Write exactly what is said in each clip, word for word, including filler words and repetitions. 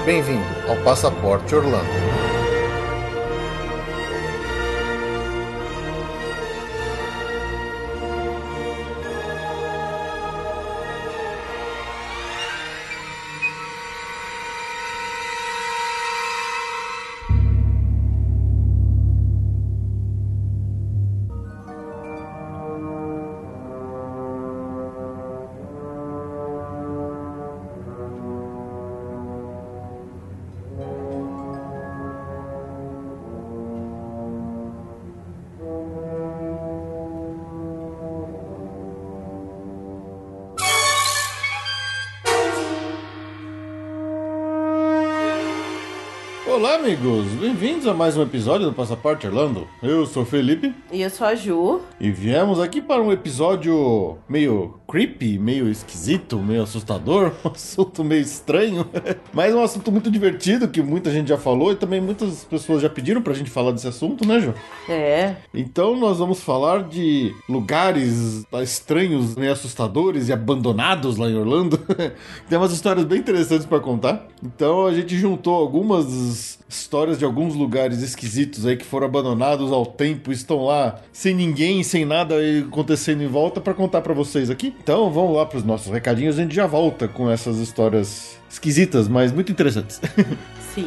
Bem-vindo ao Passaporte Orlando. Olá, amigos! Bem-vindos a mais um episódio do Passaporte Orlando. Eu sou o Felipe. E eu sou a Ju. E viemos aqui para um episódio meio creepy, meio esquisito, meio assustador, um assunto meio estranho, mas um assunto muito divertido que muita gente já falou e também muitas pessoas já pediram pra gente falar desse assunto, né, Ju? É. Então nós vamos falar de lugares estranhos, meio assustadores e abandonados lá em Orlando. Tem umas histórias bem interessantes pra contar. Então a gente juntou algumas histórias de alguns lugares esquisitos aí que foram abandonados ao tempo, estão lá sem ninguém, sem nada acontecendo em volta pra contar pra vocês aqui. Então vamos lá pros nossos recadinhos, a gente já volta com essas histórias esquisitas, mas muito interessantes. Sim.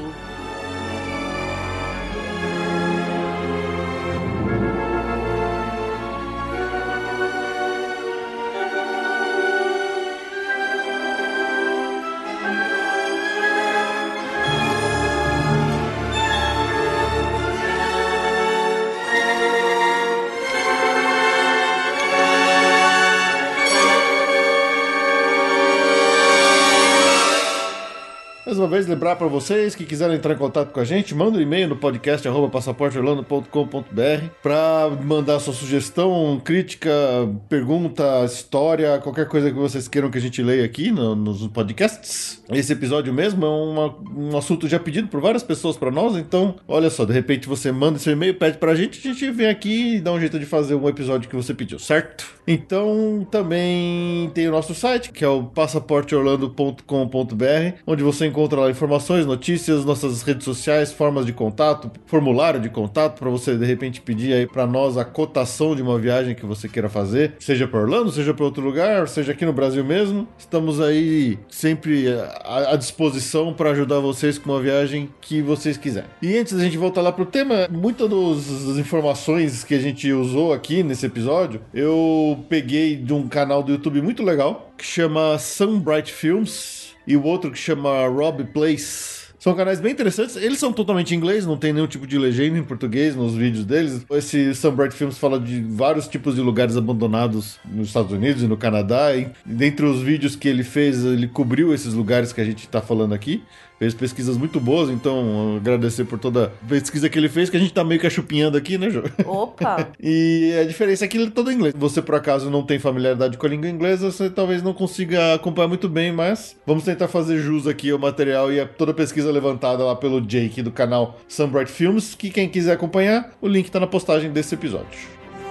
Mais uma vez, lembrar para vocês que quiserem entrar em contato com a gente, manda um e-mail no podcast arroba passaporte orlando ponto com ponto b r para mandar sua sugestão, crítica, pergunta, história, qualquer coisa que vocês queiram que a gente leia aqui no, nos podcasts. Esse episódio mesmo é uma, um assunto já pedido por várias pessoas para nós, então, olha só, de repente você manda esse e-mail, pede pra gente, a gente vem aqui e dá um jeito de fazer um episódio que você pediu, certo? Então, também tem o nosso site, que é o passaporte orlando ponto com ponto b r, onde você encontra lá informações, notícias, nossas redes sociais, formas de contato, formulário de contato para você de repente pedir aí para nós a cotação de uma viagem que você queira fazer, seja para Orlando, seja para outro lugar, seja aqui no Brasil mesmo. Estamos aí sempre à, à disposição para ajudar vocês com uma viagem que vocês quiserem. E antes da gente voltar lá pro tema, muitas das informações que a gente usou aqui nesse episódio, eu peguei de um canal do YouTube muito legal que chama Sunbright Films e o outro que chama Rob Place. São canais bem interessantes, eles são totalmente em inglês, não tem nenhum tipo de legenda em português nos vídeos deles. Esse Sunbright Films fala de vários tipos de lugares abandonados nos Estados Unidos e no Canadá, e dentre os vídeos que ele fez, ele cobriu esses lugares que a gente está falando aqui. Fez pesquisas muito boas, então agradecer por toda a pesquisa que ele fez, que a gente tá meio que achupinhando aqui, né, Jô? Opa! E a diferença é que ele é todo em inglês. Você, por acaso, não tem familiaridade com a língua inglesa, você talvez não consiga acompanhar muito bem, mas vamos tentar fazer jus aqui ao material e a toda a pesquisa levantada lá pelo Jake do canal Sunbright Films, que quem quiser acompanhar, o link tá na postagem desse episódio.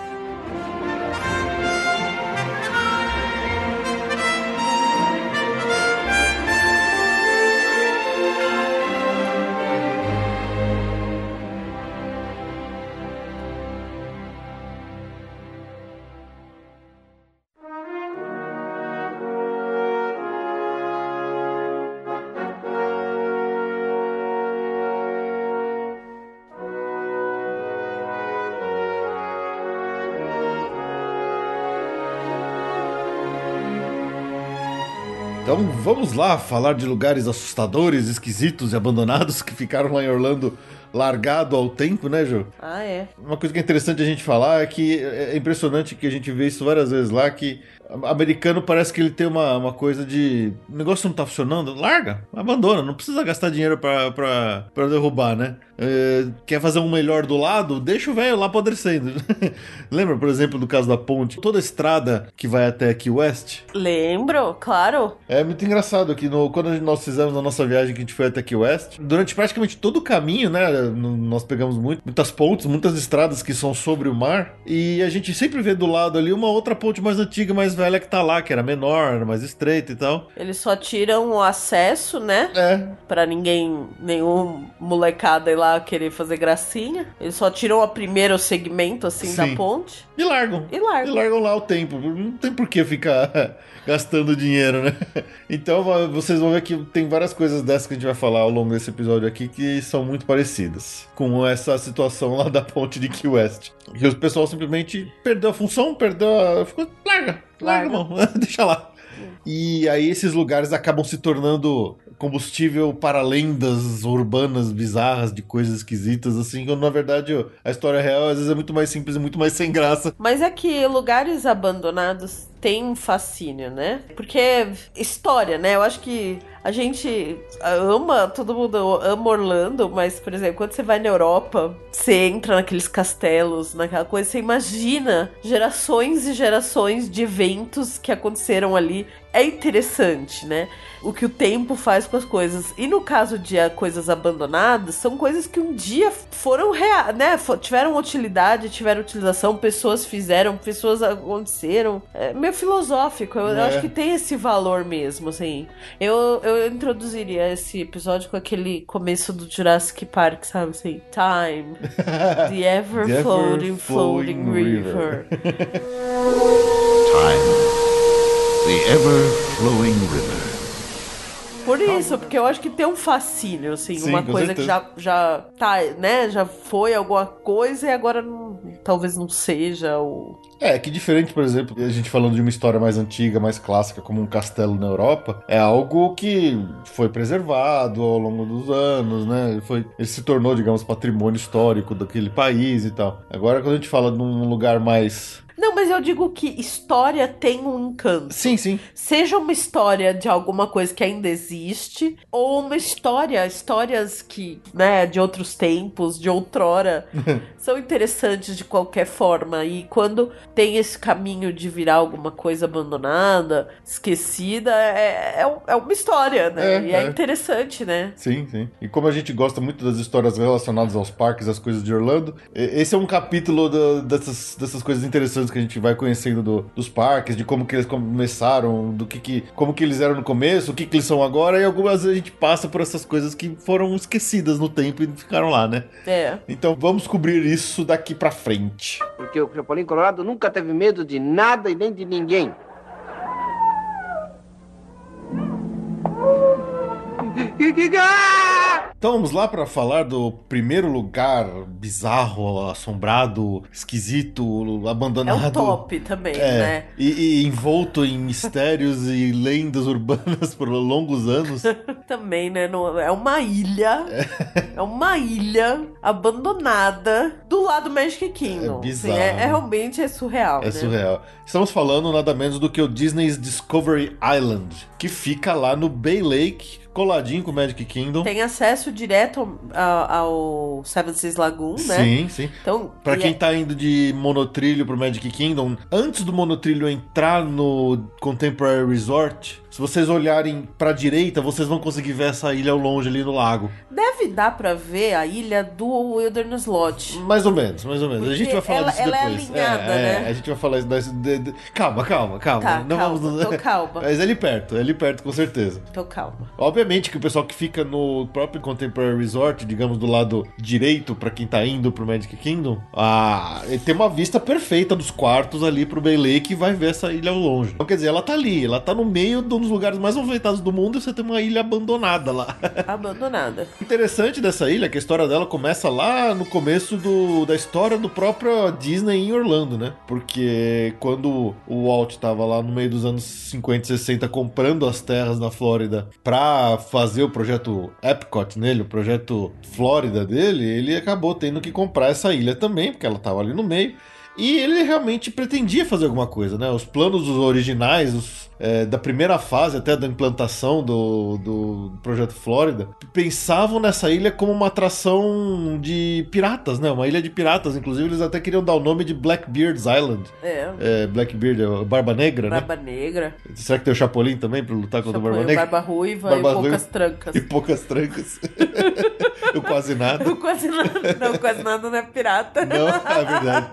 Então vamos lá falar de lugares assustadores, esquisitos e abandonados que ficaram lá em Orlando largado ao tempo, né, Jô? Ah, é. Uma coisa que é interessante a gente falar é que é impressionante que a gente vê isso várias vezes lá, que americano parece que ele tem uma, uma coisa de... O negócio não tá funcionando, larga, abandona, não precisa gastar dinheiro pra, pra, pra derrubar, né? É, quer fazer um melhor do lado? Deixa o velho lá apodrecendo. Lembra, por exemplo, do caso da ponte? Toda a estrada que vai até Key West? Lembro, claro. É muito engraçado que no, quando nós fizemos a nossa viagem que a gente foi até Key West, durante praticamente todo o caminho, né, n- nós pegamos muito, muitas pontes, muitas estradas que são sobre o mar, e a gente sempre vê do lado ali uma outra ponte mais antiga, mais velha que tá lá, que era menor, era mais estreita e tal. Eles só tiram o acesso, né? É, Pra ninguém, nenhum molecada ir lá querer fazer gracinha. Eles só tiram o primeiro segmento, assim, Sim. da ponte. e largam. E largam. E largam lá o tempo. Não tem por que ficar gastando dinheiro, né? Então va- vocês vão ver que tem várias coisas dessas que a gente vai falar ao longo desse episódio aqui que são muito parecidas com essa situação lá da ponte de Key West. Que o pessoal simplesmente perdeu a função, perdeu a... Ficou, larga, larga, Larga. irmão, deixa lá. E aí esses lugares acabam se tornando combustível para lendas urbanas bizarras de coisas esquisitas, assim, quando na verdade a história real às vezes é muito mais simples e muito mais sem graça. Mas é que lugares abandonados têm um fascínio, né? Porque história, né? Eu acho que a gente ama, todo mundo ama Orlando, mas, por exemplo, quando você vai na Europa, você entra naqueles castelos, naquela coisa, você imagina gerações e gerações de eventos que aconteceram ali. É interessante, né? O que o tempo faz com as coisas. E no caso de ah, coisas abandonadas, são coisas que um dia foram reais, né? Fo- tiveram utilidade, tiveram utilização, pessoas fizeram, pessoas aconteceram. É meio filosófico. Eu, eu É. acho que tem esse valor mesmo, assim. Eu, eu introduziria esse episódio com aquele começo do Jurassic Park, sabe? Assim, time, the ever The floating, ever-flowing floating river. Time, the ever-flowing river. Por isso, porque eu acho que tem um fascínio, assim, Sim, uma com coisa certeza. que já, já tá, né, já foi alguma coisa e agora não, talvez não seja, ou... É, que diferente, por exemplo, a gente falando de uma história mais antiga, mais clássica, como um castelo na Europa, é algo que foi preservado ao longo dos anos, né? Foi, ele se tornou, digamos, patrimônio histórico daquele país e tal. Agora, quando a gente fala de um lugar mais... Não, mas eu digo que história tem um encanto. Sim, sim. Seja uma história de alguma coisa que ainda existe, ou uma história, histórias que, né, de outros tempos, de outrora, são interessantes de qualquer forma. E quando tem esse caminho de virar alguma coisa abandonada, esquecida, é, é, é uma história, né? É, e é, é. interessante, né? Sim, sim. E como a gente gosta muito das histórias relacionadas aos parques, às coisas de Orlando, e- esse é um capítulo da- dessas, dessas coisas interessantes que a gente vai conhecendo do- dos parques, de como que eles começaram, do que, que como que eles eram no começo, o que que eles são agora, e algumas vezes a gente passa por essas coisas que foram esquecidas no tempo e ficaram lá, né? É. Então vamos cobrir isso daqui pra frente. Porque o Chapolin Colorado nunca teve medo de nada e nem de ninguém. Então vamos lá para falar do primeiro lugar bizarro, assombrado, esquisito, É abandonado. um top também, É, né? e, e envolto em mistérios e lendas urbanas por longos anos. Também, né? no- É uma ilha. É uma ilha abandonada do lado do Magic Kingdom. É bizarro. Assim, é, é realmente é surreal, É né? surreal. Estamos falando nada menos do que o Disney's Discovery Island, que fica lá no Bay Lake, coladinho com o Magic Kingdom. Tem acesso direto ao, ao Seven Seas Lagoon, né? Sim, sim. Então, Pra e quem é- tá indo de monotrilho pro Magic Kingdom, antes do monotrilho entrar no Contemporary Resort, se vocês olharem pra direita, vocês vão conseguir ver essa ilha ao longe ali no lago. deve dar pra ver a ilha do Wilderness Lodge. Mais ou menos, mais ou menos. A gente vai Porque falar ela- disso ela é depois. alinhada, é, né? A gente vai falar isso. desse- de- de- Calma, calma, calma. Tá, Não calma, vamos... tô calma. Mas é ali perto, é ali perto, com certeza. Tô calma. Obviamente que o pessoal que fica no próprio Contemporary Resort, digamos do lado direito, pra quem tá indo pro Magic Kingdom, ah, ele tem uma vista perfeita dos quartos ali pro Bay Lake e vai ver essa ilha ao longe. Então quer dizer, ela tá ali, ela tá no meio de um dos lugares mais movimentados do mundo e você tem uma ilha abandonada lá. Abandonada. Interessante dessa ilha é que a história dela começa lá no começo do, da história do próprio Disney em Orlando, né? Porque quando o Walt tava lá no meio dos anos cinquenta e sessenta comprando as terras na Flórida pra fazer o projeto Epcot nele, o projeto Flórida dele, ele acabou tendo que comprar essa ilha também, porque ela tava ali no meio. E ele realmente pretendia fazer alguma coisa, né? Os planos originais, os é, da primeira fase, até da implantação do, do Projeto Flórida, pensavam nessa ilha como uma atração de piratas, né? Uma ilha de piratas. Inclusive, eles até queriam dar o nome de Blackbeard's Island. É. é Blackbeard, é Barba Negra, Barba né? Negra. Será que tem o Chapolin também pra lutar contra o Barba Chapolin, Negra? Barba Ruiva Barba e poucas Ruiva. trancas. E poucas trancas. O quase nada. O quase nada. Não, quase nada não é pirata. Não, é verdade.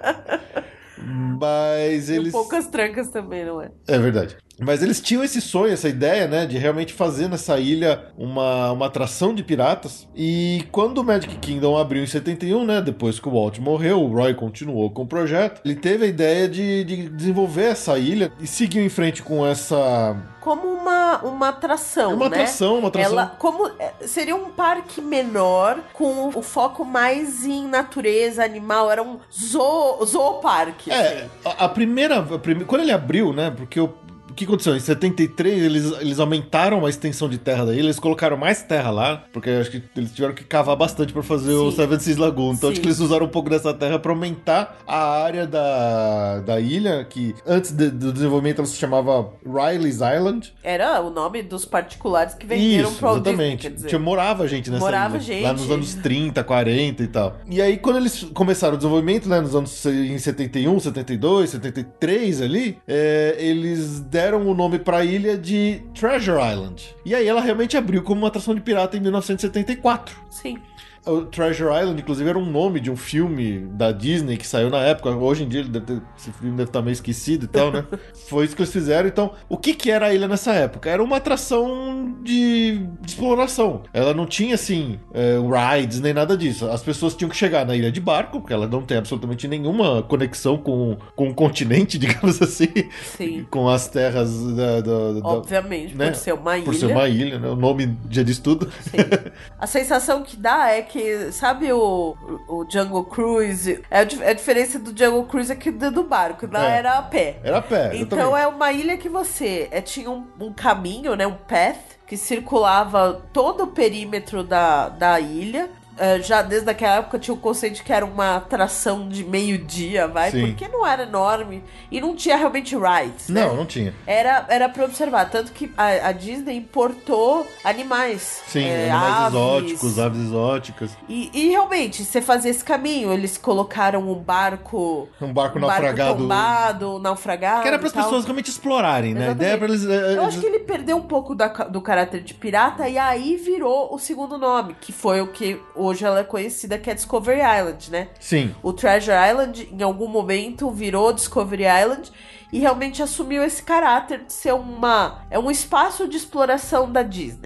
Mas E eles... poucas trancas também, não é? É verdade. Mas eles tinham esse sonho, essa ideia, né, de realmente fazer nessa ilha uma, uma atração de piratas. E quando o Magic Kingdom abriu em setenta e um, né, depois que o Walt morreu, o Roy continuou com o projeto, ele teve a ideia de, de desenvolver essa ilha e seguiu em frente com essa... Como uma, uma atração, Uma né? atração, uma atração. Ela, como, é, seria um parque menor, com o foco mais em natureza, animal, era um zoo, zooparque. É, a, a primeira, a primeira... Quando ele abriu, né, porque o O que aconteceu? Em setenta e três, eles, eles aumentaram a extensão de terra da ilha, eles colocaram mais terra lá, porque acho que eles tiveram que cavar bastante para fazer Sim. o Seven Seas Lagoon. Então Sim. acho que eles usaram um pouco dessa terra para aumentar a área da, da ilha, que antes de, do desenvolvimento ela se chamava Riley's Island. Era o nome dos particulares que venderam Isso, pro Walt Disney, exatamente. quer dizer. Tinha, morava gente nessa Morava ilha. gente. Lá nos anos trinta, quarenta e tal. E aí, quando eles começaram o desenvolvimento, né, nos anos em setenta e um, setenta e dois, setenta e três ali, é, eles deram o nome pra ilha de Treasure Island. E aí ela realmente abriu como uma atração de pirata em mil novecentos e setenta e quatro. Sim. O Treasure Island, inclusive, era um nome de um filme da Disney que saiu na época. Hoje em dia ele deve ter, esse filme deve estar meio esquecido e tal, né? Foi isso que eles fizeram. Então, o que que era a ilha nessa época? Era uma atração de, de exploração. Ela não tinha, assim, é, rides nem nada disso. As pessoas tinham que chegar na ilha de barco, porque ela não tem absolutamente nenhuma conexão com, com o continente, digamos assim. Sim. Com as terras da... da, da Obviamente, né? por ser uma ilha. Por ser uma ilha, né? O nome já diz tudo. Sim. A sensação que dá é que, sabe o, o Jungle Cruise? É a, é a diferença do Jungle Cruise aqui do, do barco. Lá É. era a pé. Era a pé, Então exatamente. é uma ilha que você é, tinha um, um caminho, né, um path, que circulava todo o perímetro da, da ilha. Uh, já desde aquela época tinha o conceito de que era uma atração de meio-dia, vai, Sim. porque não era enorme e não tinha realmente rides, né? Não, não tinha. Era, era pra observar, tanto que a, a Disney importou animais. Sim, é, animais aves. exóticos, aves exóticas. E, e realmente, você fazia esse caminho, eles colocaram um barco... Um barco um naufragado. tombado, naufragado Que era para as e tal. pessoas realmente explorarem, né? A ideia é pra eles. é, Eu acho que ele perdeu um pouco da, do caráter de pirata e aí virou o segundo nome, que foi o que hoje ela é conhecida, que é Discovery Island, né? Sim. O Treasure Island, em algum momento, virou Discovery Island e realmente assumiu esse caráter de ser uma... É um espaço de exploração da Disney.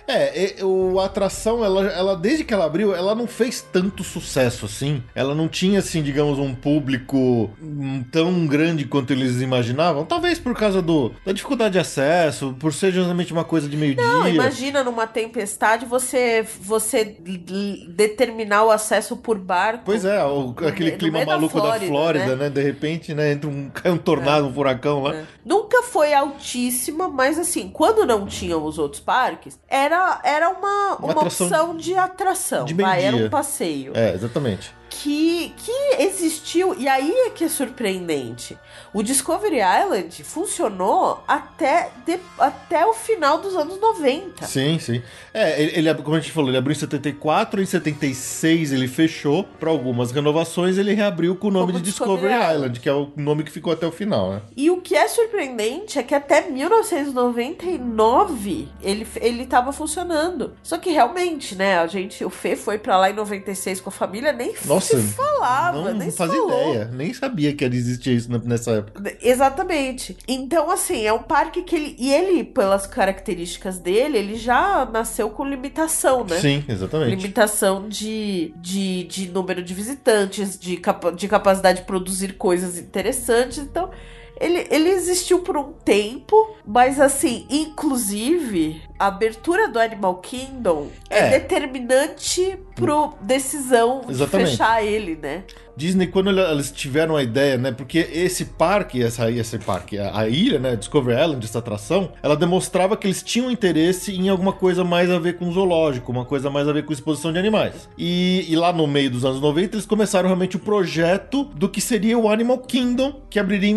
É, é, o, a atração, ela, ela, desde que ela abriu, ela não fez tanto sucesso assim. Ela não tinha, assim, digamos, um público hum, tão grande quanto eles imaginavam. Talvez por causa do, da dificuldade de acesso, por ser justamente uma coisa de meio-dia. Não, imagina numa tempestade você, você l- determinar o acesso por barco. Pois é, o, No aquele me- no clima meio da maluco da Flórida, Flórida, né? De repente, né? Entra um, cai um tornado, um furacão lá. É. Nunca foi altíssima, mas assim, quando não tinham os outros parques, era, era uma, uma, atração opção de atração. de vai, era meio-dia. um passeio. É, exatamente. Que, que existiu, e aí é que é surpreendente. O Discovery Island funcionou até, de, até o final dos anos noventa. Sim, sim. É, ele, ele, como a gente falou, ele abriu em setenta e quatro, em setenta e seis ele fechou para algumas renovações, ele reabriu com o nome Como de Discovery, Discovery Island, Island, que é o nome que ficou até o final, né? E o que é surpreendente é que até mil novecentos e noventa e nove ele, ele tava funcionando. Só que realmente, né, a gente, o Fê foi pra lá em noventa e seis com a família, nem Nossa, se falava, não, nem não se fazia falou. ideia, nem sabia que existia isso na- nessa época. Exatamente. Então, assim, é um parque que ele... E ele, pelas características dele, ele já nasceu com limitação, né? Sim, exatamente. Limitação de, de, de número de visitantes, de, capa de capacidade de produzir coisas interessantes. Então, ele, ele existiu por um tempo, mas assim, inclusive, a abertura do Animal Kingdom é, É. determinante pro decisão Exatamente. de fechar ele, né? Disney, quando ele- eles tiveram a ideia, né? Porque esse parque, essa, esse parque, a, a ilha, né? Discovery Island, essa atração, ela demonstrava que eles tinham interesse em alguma coisa mais a ver com zoológico, uma coisa mais a ver com exposição de animais. E, e lá no meio dos anos noventa, eles começaram realmente o projeto do que seria o Animal Kingdom, que abriria em mil novecentos e noventa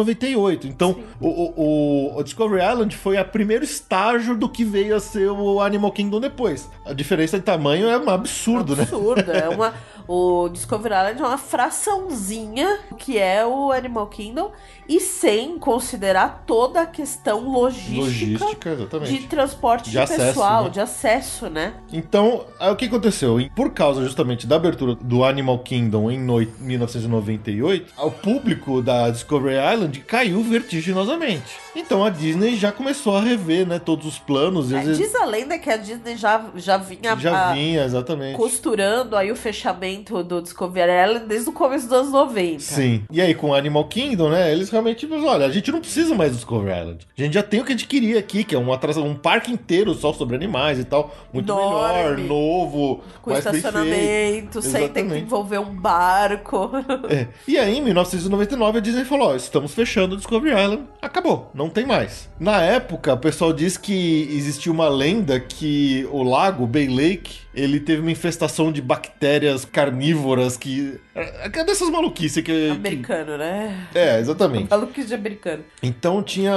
noventa e oito. Então, o, o, o Discovery Island foi o primeiro estágio do que veio a ser o Animal Kingdom depois. A diferença de tamanho é um absurdo, né? Absurdo, é uma... O Discovery Island é uma fraçãozinha que é o Animal Kingdom e sem considerar toda a questão logística, Logística, exatamente. de transporte De de, acesso, pessoal, né? de acesso, né? Então, aí, o que aconteceu? Por causa justamente da abertura do Animal Kingdom em no... mil novecentos e noventa e oito, o público da Discovery Island caiu vertiginosamente. Então a Disney já começou a rever, né, todos os planos. E É, às vezes... Diz a lenda que a Disney já, já vinha, Já a- vinha, exatamente. costurando aí o fechamento do Discovery Island desde o começo dos anos noventa. Sim. E aí, com o Animal Kingdom, né, eles realmente, tipo, olha, a gente não precisa mais do Discovery Island. A gente já tem o que a gente queria aqui, que é uma atração, um parque inteiro só sobre animais e tal. Muito Enorme. melhor, novo, Com mais bem feito. estacionamento, sem ter que Exatamente. envolver um barco. É. E aí, em mil novecentos e noventa e nove, a Disney falou, ó, estamos fechando o Discovery Island, acabou, não tem mais. Na época, o pessoal diz que existia uma lenda que o lago, Bay Lake, ele teve uma infestação de bactérias carnívoras que... É dessas maluquices que... Americano, né? que... É, exatamente. Maluquice de americano. Então tinha...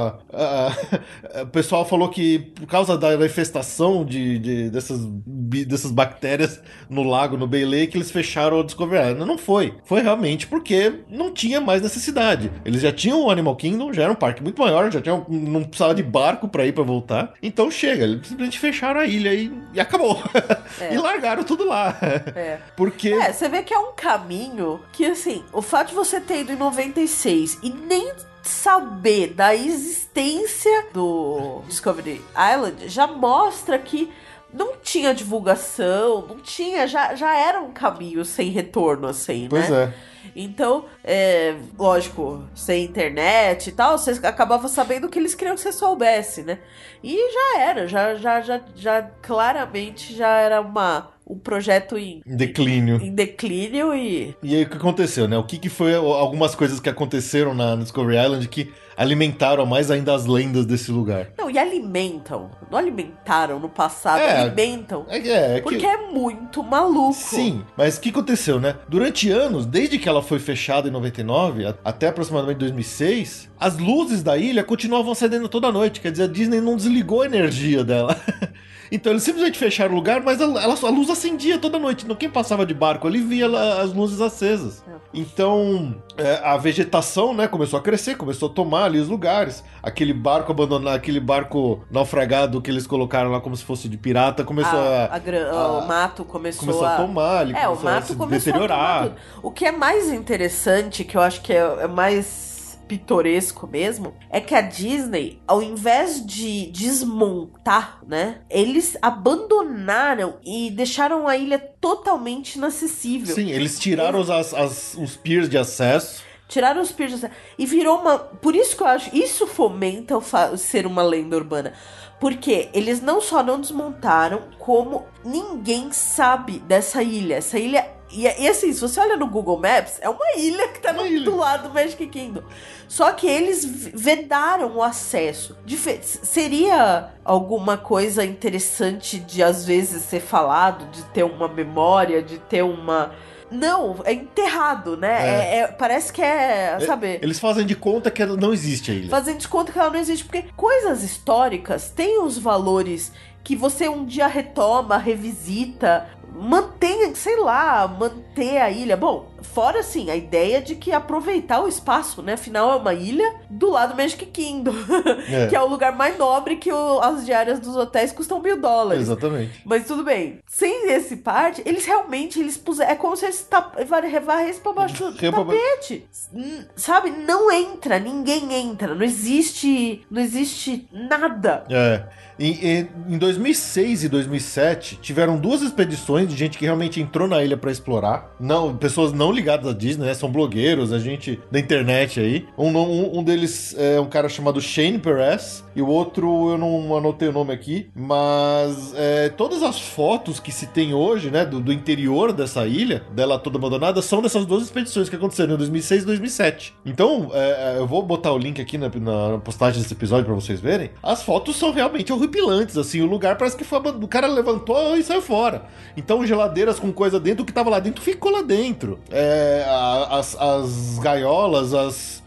ah, o pessoal falou que por causa da da infestação de, de- dessas, bi- dessas bactérias no lago, no Bay Lake, eles fecharam o Discovery Island. Não foi. Foi realmente porque não tinha mais necessidade. Eles já tinham o Animal Kingdom, já era um parque muito maior, já tinham, não precisava de barco pra ir pra voltar. Então chega, eles simplesmente fecharam a ilha e, e acabou. É. E largaram tudo lá. É. Porque... É, você vê que é um caminho que, assim, o fato de você ter ido em noventa e seis e nem saber da existência do Discovery Island já mostra que não tinha divulgação, não tinha, já, já era um caminho sem retorno, assim, Pois né? é. Então, é, lógico, sem internet e tal, você acabava sabendo o que eles queriam que você soubesse, né? E já era, já, já, já, já claramente já era uma, um projeto em, Em declínio. em declínio e... E aí o que aconteceu, né? O que, que foi algumas coisas que aconteceram na Discovery Island que alimentaram mais ainda as lendas desse lugar? Não, e alimentam, não alimentaram no passado, É, alimentam. É, é, é que... Porque é muito maluco. Sim, mas o que aconteceu, né? Durante anos, desde que ela foi fechada em noventa e nove a- até aproximadamente dois mil e seis, as luzes da ilha continuavam acendendo toda noite. Quer dizer, a Disney não desligou a energia dela. Então eles simplesmente fecharam o lugar, mas a, ela- a luz acendia toda noite. Então quem passava de barco ali via lá as luzes acesas. Então é, a vegetação, né, começou a crescer, começou a tomar ali os lugares. Aquele barco abandonado, aquele barco naufragado que eles colocaram lá como se fosse de pirata, começou a, A- a gran- a- o mato começou, começou a tomar, ele É, o começou a mato se começou deteriorar. a tomar tudo. O que é mais interessante, que eu acho que é, é mais pitoresco mesmo, é que a Disney, ao invés de desmontar, né, eles abandonaram e deixaram a ilha totalmente inacessível. Sim, eles tiraram os, as- as- os piers de acesso. Tiraram os piers e virou uma... Por isso que eu acho... Isso fomenta o fa- ser uma lenda urbana. Porque eles não só não desmontaram, como ninguém sabe dessa ilha. Essa ilha... E, e assim, se você olha no Google Maps, é uma ilha que tá Uma no, ilha. do lado do Magic Kingdom. Só que eles v- vedaram o acesso. Dife- seria alguma coisa interessante de, às vezes, ser falado, de ter uma memória, de ter uma... Não, é enterrado, né? É. É- é- parece que é, sabe... Eles fazem de conta que não existe a ilha. Fazendo de conta que ela não existe. Porque coisas históricas têm os valores que você um dia retoma, revisita, mantém, sei lá, manter a ilha. Bom, fora assim, a ideia de que aproveitar o espaço, né? Afinal, é uma ilha do lado do Magic Kingdom, É. que é o lugar mais nobre que o- as diárias dos hotéis custam mil dólares. Exatamente. Mas tudo bem. Sem esse parte, eles realmente, eles puseram... É como se eles tap- varressem pra baixo do Varrer pra ba- tapete. N- Sabe? Não entra. Ninguém entra. Não existe... Não existe nada. É. Em, em, em dois mil e seis e dois mil e sete, tiveram duas expedições de gente que realmente entrou na ilha pra explorar. Não, pessoas não ligadas à Disney, né? São blogueiros, a gente da internet aí. Um, um, um deles é um cara chamado Shane Perez, e o outro eu não anotei o nome aqui, mas é, todas as fotos que se tem hoje, né, do, do interior dessa ilha, dela toda abandonada, são dessas duas expedições que aconteceram em dois mil e seis e dois mil e sete. Então, é, eu vou botar o link aqui na, na postagem desse episódio pra vocês verem. As fotos são realmente horripilantes, assim, o lugar parece que foi abandonado. O cara levantou e saiu fora. Então, geladeiras com coisa dentro, o que tava lá dentro ficou lá dentro. É, a- as, as gaiolas, as...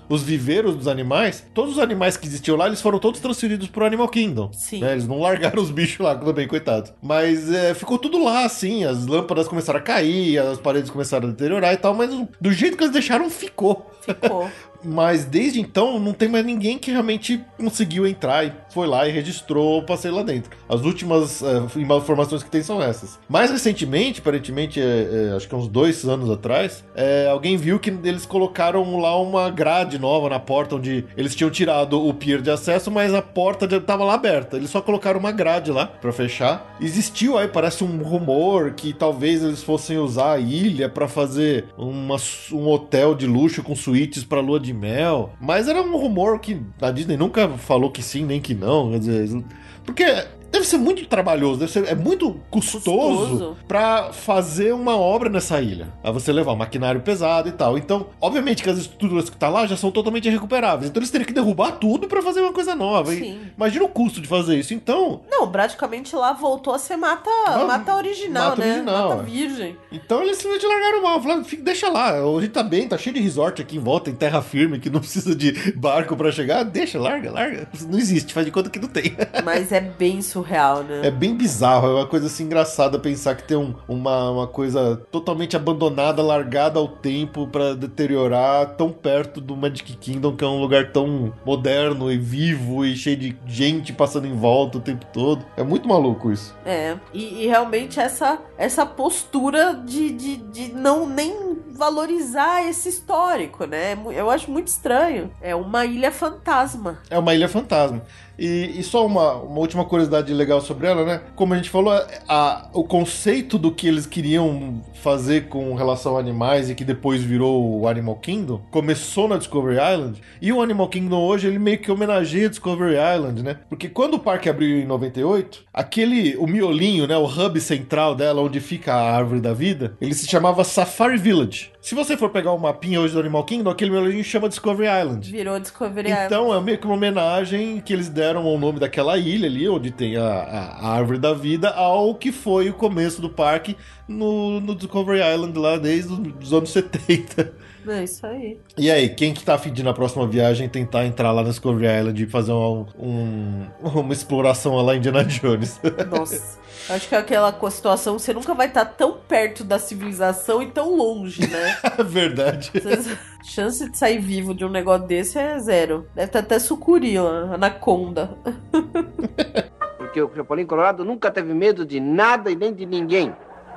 os viveiros dos animais, todos os animais que existiam lá, eles foram todos transferidos pro Animal Kingdom. Sim. Né? Eles não largaram os bichos lá, tudo bem, coitados. Mas é, ficou tudo lá, assim, as lâmpadas começaram a cair, as paredes começaram a deteriorar e tal, mas do jeito que eles deixaram, ficou. Ficou. Mas desde então não tem mais ninguém que realmente conseguiu entrar e foi lá e registrou o passeio lá dentro. As últimas é, informações que tem são essas. Mais recentemente, aparentemente, é, é, acho que uns dois anos atrás, é, alguém viu que eles colocaram lá uma grade nova na porta, onde eles tinham tirado o pier de acesso, mas a porta estava lá aberta. Eles só colocaram uma grade lá pra fechar. Existiu aí, parece um rumor que talvez eles fossem usar a ilha pra fazer uma, um hotel de luxo com suítes pra lua de mel, mas era um rumor que a Disney nunca falou que sim, nem que não, quer dizer, porque deve ser muito trabalhoso, deve ser, é muito custoso, custoso pra fazer uma obra nessa ilha. Aí você levar maquinário pesado e tal. Então, obviamente que as estruturas que tá lá já são totalmente irrecuperáveis. Então eles teriam que derrubar tudo pra fazer uma coisa nova. Sim. E imagina o custo de fazer isso. Então... Não, praticamente lá voltou a ser mata, Uma, mata original, mata né? Original, mata é. virgem. Então eles simplesmente largaram mal. Falaram, deixa lá. Hoje tá bem, tá cheio de resort aqui em volta, em terra firme, que não precisa de barco pra chegar. Deixa, larga, larga. Não existe, faz de conta que não tem. Mas é bem surreal, né? É bem bizarro, é uma coisa assim engraçada pensar que tem um, uma, uma coisa totalmente abandonada, largada ao tempo pra deteriorar, tão perto do Magic Kingdom, que é um lugar tão moderno e vivo e cheio de gente passando em volta o tempo todo. É muito maluco isso. É, e, e realmente essa, essa postura de, de, de não nem valorizar esse histórico, né? Eu acho muito estranho. É uma ilha fantasma. É uma ilha fantasma. E, e só uma, uma última curiosidade legal sobre ela, né? Como a gente falou, a, o conceito do que eles queriam fazer com relação a animais e que depois virou o Animal Kingdom, começou na Discovery Island. E o Animal Kingdom hoje, ele meio que homenageia a Discovery Island, né? Porque quando o parque abriu em noventa e oito, aquele, o miolinho, né? O hub central dela, onde fica a árvore da vida, ele se chamava Safari Village. Se você for pegar o mapinha hoje do Animal Kingdom, aquele miolinho chama Discovery Island. Virou Discovery Island. Então é meio que uma homenagem que eles deram ao nome daquela ilha ali, onde tem a, a, a árvore da vida, ao que foi o começo do parque no, no Discovery Island lá desde os anos setenta. É isso aí. E aí, quem que tá a fim de ir na próxima viagem tentar entrar lá na Discovery Island e fazer uma, um, uma exploração lá em Indiana Jones? Nossa, acho que é aquela situação, você nunca vai estar tão perto da civilização e tão longe, né? Verdade. Você, chance de sair vivo de um negócio desse é zero. Deve ter até sucuri lá, anaconda. Porque o Chapolin Colorado nunca teve medo de nada e nem de ninguém.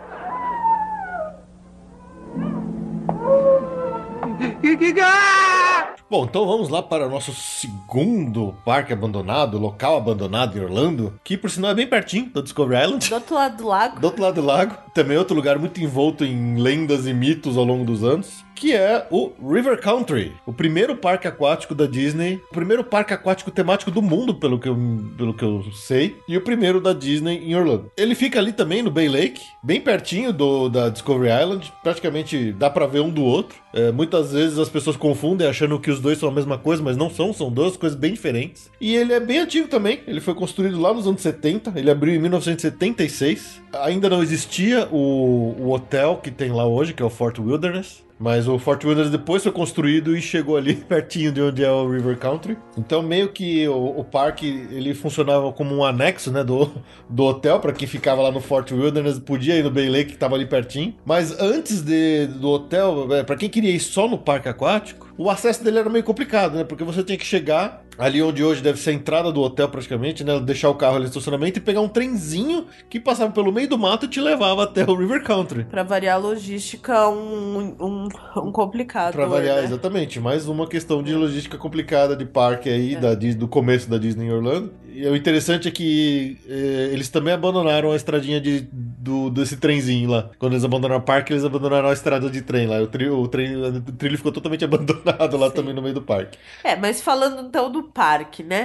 Bom, então vamos lá para o nosso segundo parque abandonado, local abandonado em Orlando, que por sinal é bem pertinho do Discovery Island. Do outro lado do lago. Do outro lado do lago. Também outro lugar muito envolto em lendas e mitos ao longo dos anos, que é o River Country, o primeiro parque aquático da Disney, o primeiro parque aquático temático do mundo, pelo que eu, pelo que eu sei, e o primeiro da Disney em Orlando. Ele fica ali também no Bay Lake, bem pertinho do, da Discovery Island, praticamente dá pra ver um do outro. É, muitas vezes as pessoas confundem achando que os dois são a mesma coisa, mas não são, são duas coisas bem diferentes. E ele é bem antigo também, ele foi construído lá nos anos setenta, ele abriu em mil novecentos e setenta e seis. Ainda não existia o, o hotel que tem lá hoje, que é o Fort Wilderness. Mas o Fort Wilderness depois foi construído e chegou ali pertinho de onde é o River Country. Então meio que o, o parque ele funcionava como um anexo, né, do, do hotel, para quem ficava lá no Fort Wilderness podia ir no Bay Lake que estava ali pertinho. Mas antes de, do hotel, para quem queria ir só no parque aquático, o acesso dele era meio complicado, né, porque você tinha que chegar ali onde hoje deve ser a entrada do hotel praticamente, né, deixar o carro ali no estacionamento e pegar um trenzinho que passava pelo meio do mato e te levava até o River Country. Pra variar a logística, um, um, um complicado. Pra variar, né? Exatamente. Mais uma questão de logística complicada de parque aí, É. da, do começo da Disney em Orlando. E o interessante é que eh, eles também abandonaram a estradinha de, do, desse trenzinho lá. Quando eles abandonaram o parque, eles abandonaram a estrada de trem lá. O, tri, o, trem, o trilho ficou totalmente abandonado lá Sim. também no meio do parque. É, mas falando então do parque, né?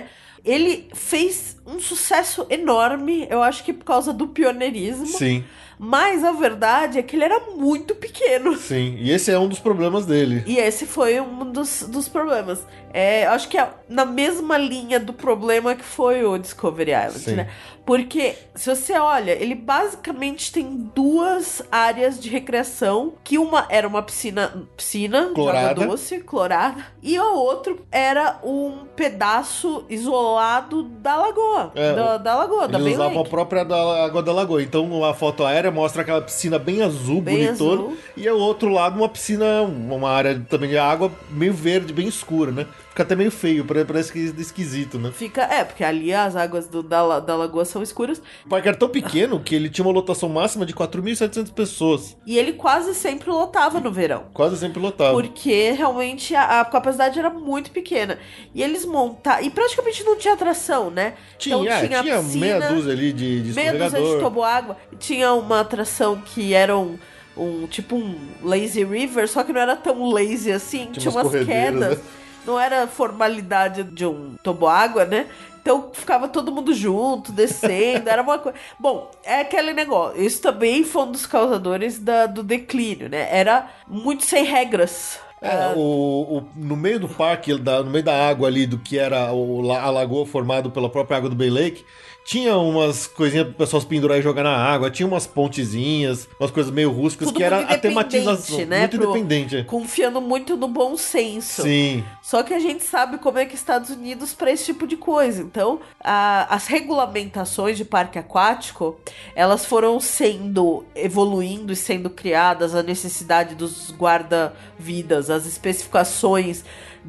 Ele fez um sucesso enorme, eu acho que por causa do pioneirismo. Sim. Mas a verdade é que ele era muito pequeno. Sim, e esse é um dos problemas dele. E esse foi um dos, dos problemas. É, acho que é na mesma linha do problema que foi o Discovery Island, Sim. né? Porque, se você olha, ele basicamente tem duas áreas de recreação, que uma era uma piscina, piscina Clorada. de água doce, clorada, e o outro era um pedaço isolado da lagoa, É, da, da lagoa, da Eles Bay usavam a Lake. própria da água da lagoa. Então a foto aérea mostra aquela piscina bem azul, Bem bonitona. azul. E ao outro lado uma piscina, uma área também de água meio verde, bem escura, né? Fica até meio feio, parece que é esquisito, né? Fica, é, porque ali as águas do, da, la- da lagoa são escuras. O parque era tão pequeno que ele tinha uma lotação máxima de quatro mil e setecentas pessoas. E ele quase sempre lotava no verão. Quase sempre lotava. Porque realmente a, a capacidade era muito pequena. E eles montaram. E praticamente não tinha atração, né? Tinha, então, é, tinha, tinha a piscina, meia dúzia ali de, de meia dúzia de escorregador. toboágua. Tinha uma atração que era um, um tipo um lazy river, só que não era tão lazy assim. Tinha Tinha, umas umas corredeiras, quedas. né? Não era a formalidade de um toboágua, né? Então ficava todo mundo junto, descendo, era uma coisa... Bom, é aquele negócio. Isso também foi um dos causadores da, do declínio, né? Era muito sem regras. É, o, o- no meio do parque, da- no meio da água ali, do que era o, la- a lagoa formada pela própria água do Bay Lake, tinha umas coisinhas para pessoas pendurar e jogar na água, tinha umas pontezinhas, umas coisas meio rústicas, Tudo que era muito a tematização, independente, né? muito Pro- independente. é. Confiando muito no bom senso. Sim, Só que a gente sabe como é que Estados Unidos para esse tipo de coisa. Então, a- as regulamentações de parque aquático, elas foram sendo evoluindo e sendo criadas, a necessidade dos guarda-vidas, as especificações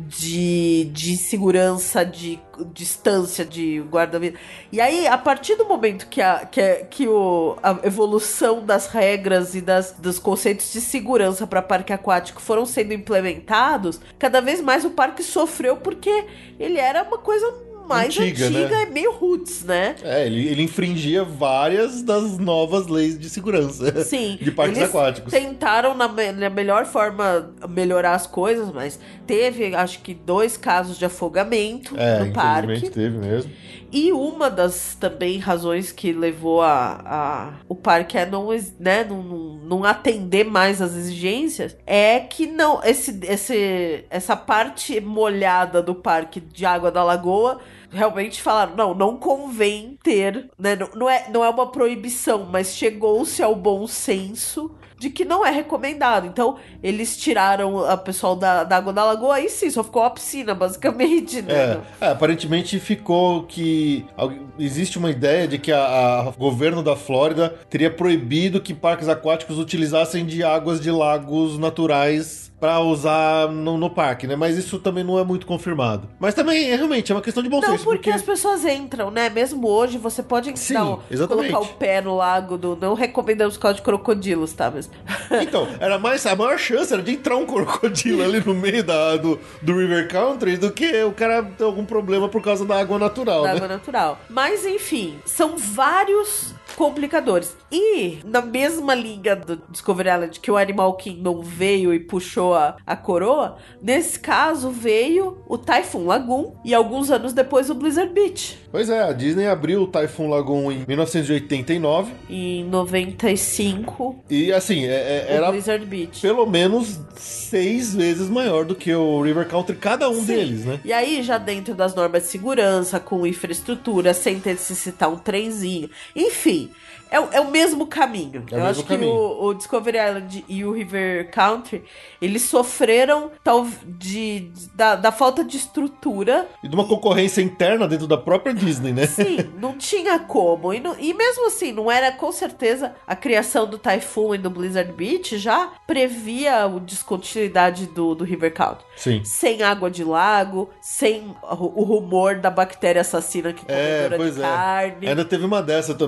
de, de segurança, de distância de guarda-vida. E aí, a partir do momento que, a, que, a- que o, a evolução das regras e das, dos conceitos de segurança para parque aquático foram sendo implementados, cada vez mais o parque sofreu porque ele era uma coisa mais Antiga, antiga, né? e meio roots, né? é, ele, ele infringia várias das novas leis de segurança Sim, de parques eles aquáticos. tentaram na, me- na melhor forma melhorar as coisas, mas teve, acho que, dois casos de afogamento É, no infelizmente parque. teve mesmo. E uma das também razões que levou a, a o parque a não, ex- né, não, não, não atender mais as exigências é que não esse, esse, essa parte molhada do parque de água da lagoa realmente falaram, não, não convém ter, né, não, não, é, não é uma proibição, mas chegou-se ao bom senso de que não é recomendado. Então, eles tiraram a pessoal da, da água da lagoa e sim, só ficou a piscina, basicamente, né? É, é, aparentemente ficou que algu- existe uma ideia de que a, a- o governo da Flórida teria proibido que parques aquáticos utilizassem de águas de lagos naturais para usar no, no parque, né? Mas isso também não é muito confirmado. Mas também é realmente é uma questão de bom Não, senso, porque, as pessoas entram, né? Mesmo hoje, você pode Sim, dar um- exatamente. colocar o pé no lago do... Não recomendamos causa de crocodilos, tá? Mas... Então, era mais, a maior chance era de entrar um crocodilo ali no meio da, do, do River Country do que o cara ter algum problema por causa da água natural, da né? água natural. Mas, enfim, são vários complicadores. E, na mesma linha do Discovery Island, que o Animal Kingdom veio e puxou a, a coroa, nesse caso veio o Typhoon Lagoon e alguns anos depois o Blizzard Beach. Pois é, a Disney abriu o Typhoon Lagoon em mil novecentos e oitenta e nove Em noventa e cinco, e, assim, é- é- o era Blizzard Beach. pelo menos seis vezes maior do que o River Country, cada um Sim. deles, né? E aí, já dentro das normas de segurança, com infraestrutura, sem ter de se citar um trenzinho. Enfim, é, o- é o mesmo caminho. É o Eu mesmo acho caminho. que o, o Discovery Island e o River Country, eles sofreram tal, de, de- da, da falta de estrutura. E de uma concorrência interna dentro da própria Disney, né? Sim, não tinha como. E, não- e mesmo assim, não era, com certeza, a criação do Typhoon e do Blizzard Beach já previa a descontinuidade do, do River Country. Sim. Sem água de lago, sem o o rumor da bactéria assassina que É, comedora pois de é. carne. Ainda teve uma dessa também, que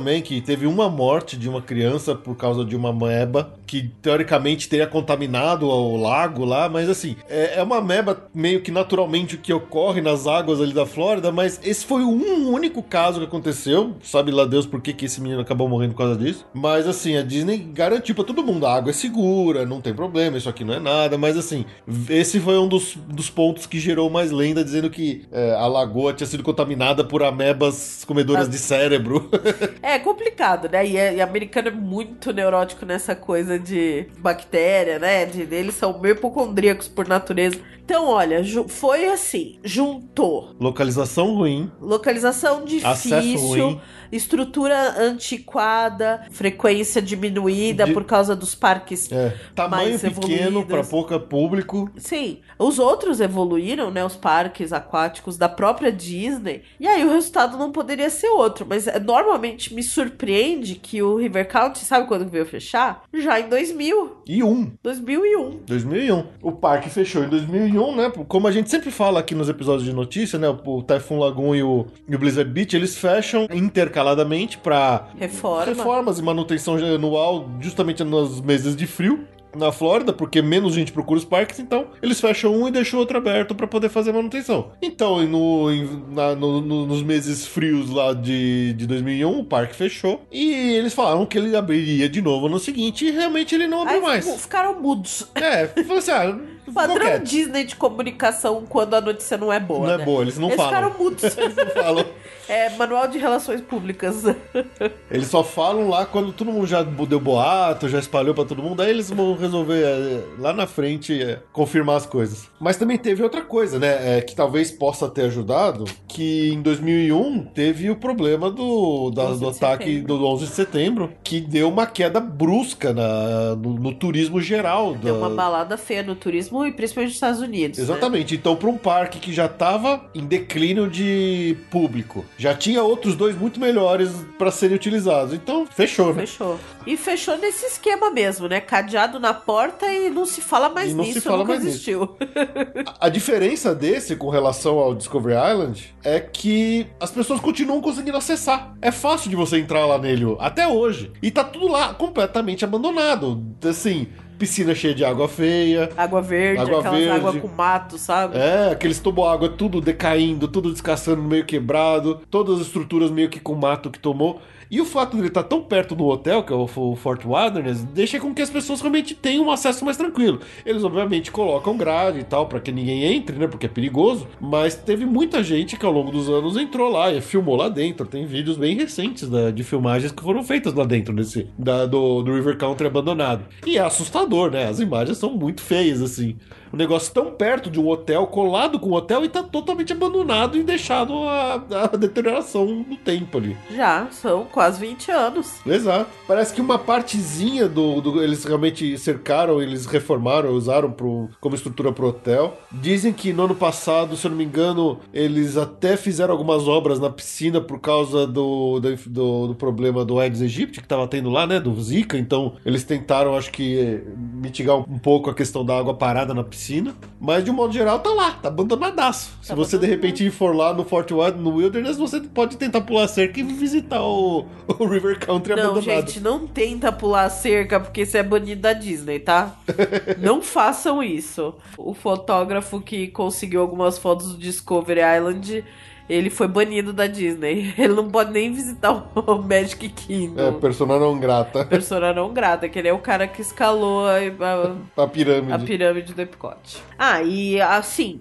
teve uma morte de uma criança por causa de uma ameba que teoricamente teria contaminado o lago lá, mas assim, é, é uma ameba meio que naturalmente que ocorre nas águas ali da Flórida, mas esse foi o um único caso que aconteceu, sabe lá Deus por que, que esse menino acabou morrendo por causa disso, mas assim, a Disney garantiu pra todo mundo, a água é segura, não tem problema, isso aqui não é nada, mas assim, esse foi um dos, dos pontos que gerou mais lenda, dizendo que é, a lagoa tinha sido contaminada por amebas comedoras ah. de cérebro. É complicado, né? E, e americano é muito neurótico nessa coisa de bactéria, né? De, eles são meio hipocondríacos por natureza. Então, olha, foi assim, juntou. Localização ruim. Localização difícil. Acesso ruim. Estrutura antiquada, frequência diminuída de... por causa dos parques é. Tamanho mais pequeno para pouco público. Sim. Os outros evoluíram, né? Os parques aquáticos da própria Disney. E aí o resultado não poderia ser outro. Mas normalmente me surpreende que o River Country, sabe quando veio fechar? Já em dois mil. E um. dois mil e um. dois mil e um. O parque fechou em dois mil e um, né? Como a gente sempre fala aqui nos episódios de notícia, né? O Typhoon Lagoon e o, e o Blizzard Beach, eles fecham intercaladamente para Reforma. reformas e manutenção anual justamente nos meses de frio na Flórida, porque menos gente procura os parques, então eles fecham um e deixam o outro aberto para poder fazer manutenção. Então, no, na, no, no, nos meses frios lá de, de dois mil e um, o parque fechou e eles falaram que ele abriria de novo no seguinte e realmente ele não abriu Aí, mais. Ficaram mudos. É, falou assim, ah... Padrão Disney de comunicação quando a notícia não é boa, Não né? é boa, eles não eles falam. Eles ficaram mudos. Eles não falam. É, manual de relações públicas. Eles só falam lá quando todo mundo já deu boato, já espalhou pra todo mundo, aí eles vão resolver é, lá na frente é, confirmar as coisas. Mas também teve outra coisa, né, é, que talvez possa ter ajudado, que em dois mil e um teve o problema do, da, do ataque do onze de setembro, que deu uma queda brusca na, no, no turismo geral. Da... Deu uma balada feia no turismo e principalmente nos Estados Unidos. Exatamente. Né? Então, para um parque que já estava em declínio de público, já tinha outros dois muito melhores para serem utilizados. Então, fechou, né? Fechou. E fechou nesse esquema mesmo, né? Cadeado na porta e não se fala mais não nisso, se fala nunca mais existiu. A, a diferença desse com relação ao Discovery Island é que as pessoas continuam conseguindo acessar. É fácil de você entrar lá nele até hoje. E tá tudo lá completamente abandonado. Assim... Piscina cheia de água feia. Água verde, água aquelas verde. água com mato, sabe? É, aqueles toboágua tudo decaindo, tudo descansando, meio quebrado. Todas as estruturas meio que com mato que tomou. E o fato de ele estar tão perto do hotel, que é o Fort Wilderness, deixa com que as pessoas realmente tenham um acesso mais tranquilo. Eles, obviamente, colocam grade e tal, pra que ninguém entre, né? Porque é perigoso. Mas teve muita gente que, ao longo dos anos, entrou lá e filmou lá dentro. Tem vídeos bem recentes da, de filmagens que foram feitas lá dentro desse, da, do, do River Country abandonado. E é assustador, né? As imagens são muito feias, assim. O negócio tão perto de um hotel, colado com o hotel, e tá totalmente abandonado e deixado a, a deterioração do tempo ali. Já, são quase vinte anos. Exato. Parece que uma partezinha do, do eles realmente cercaram, eles reformaram, usaram pro, como estrutura pro hotel. Dizem que no ano passado, se eu não me engano, eles até fizeram algumas obras na piscina por causa do, do, do problema do Aedes aegypti que tava tendo lá, né, do Zika. Então, eles tentaram, acho que, mitigar um pouco a questão da água parada na piscina. Mas, de um modo geral, tá lá, tá abandonadaço. Tá Se você, de repente, for lá no Fort Wilderness, no Wilderness, você pode tentar pular a cerca e visitar o, o River Country não, abandonado. Não, gente, não tenta pular a cerca, porque isso é banido da Disney, tá? Não façam isso. O fotógrafo que conseguiu algumas fotos do Discovery Island... Ele foi banido da Disney. Ele não pode nem visitar o Magic Kingdom. É, persona não grata. Persona não grata, que ele é o cara que escalou a, a, a pirâmide. A pirâmide do Epcot. Ah, e assim,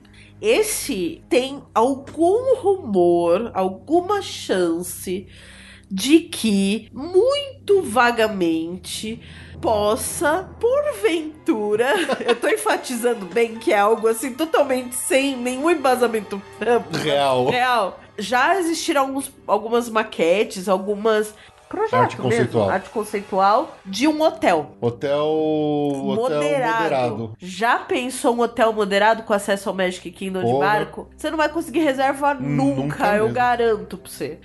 esse tem algum rumor, alguma chance de que, muito vagamente, possa, porventura, eu tô enfatizando bem que é algo assim totalmente sem nenhum embasamento real. real. Já existiram alguns, algumas maquetes, algumas projeto arte conceitual. mesmo, arte conceitual de um hotel. Hotel moderado. Hotel moderado. Já pensou um hotel moderado com acesso ao Magic Kingdom Porra. de barco? Você não vai conseguir reservar nunca, nunca eu mesmo. garanto pra você.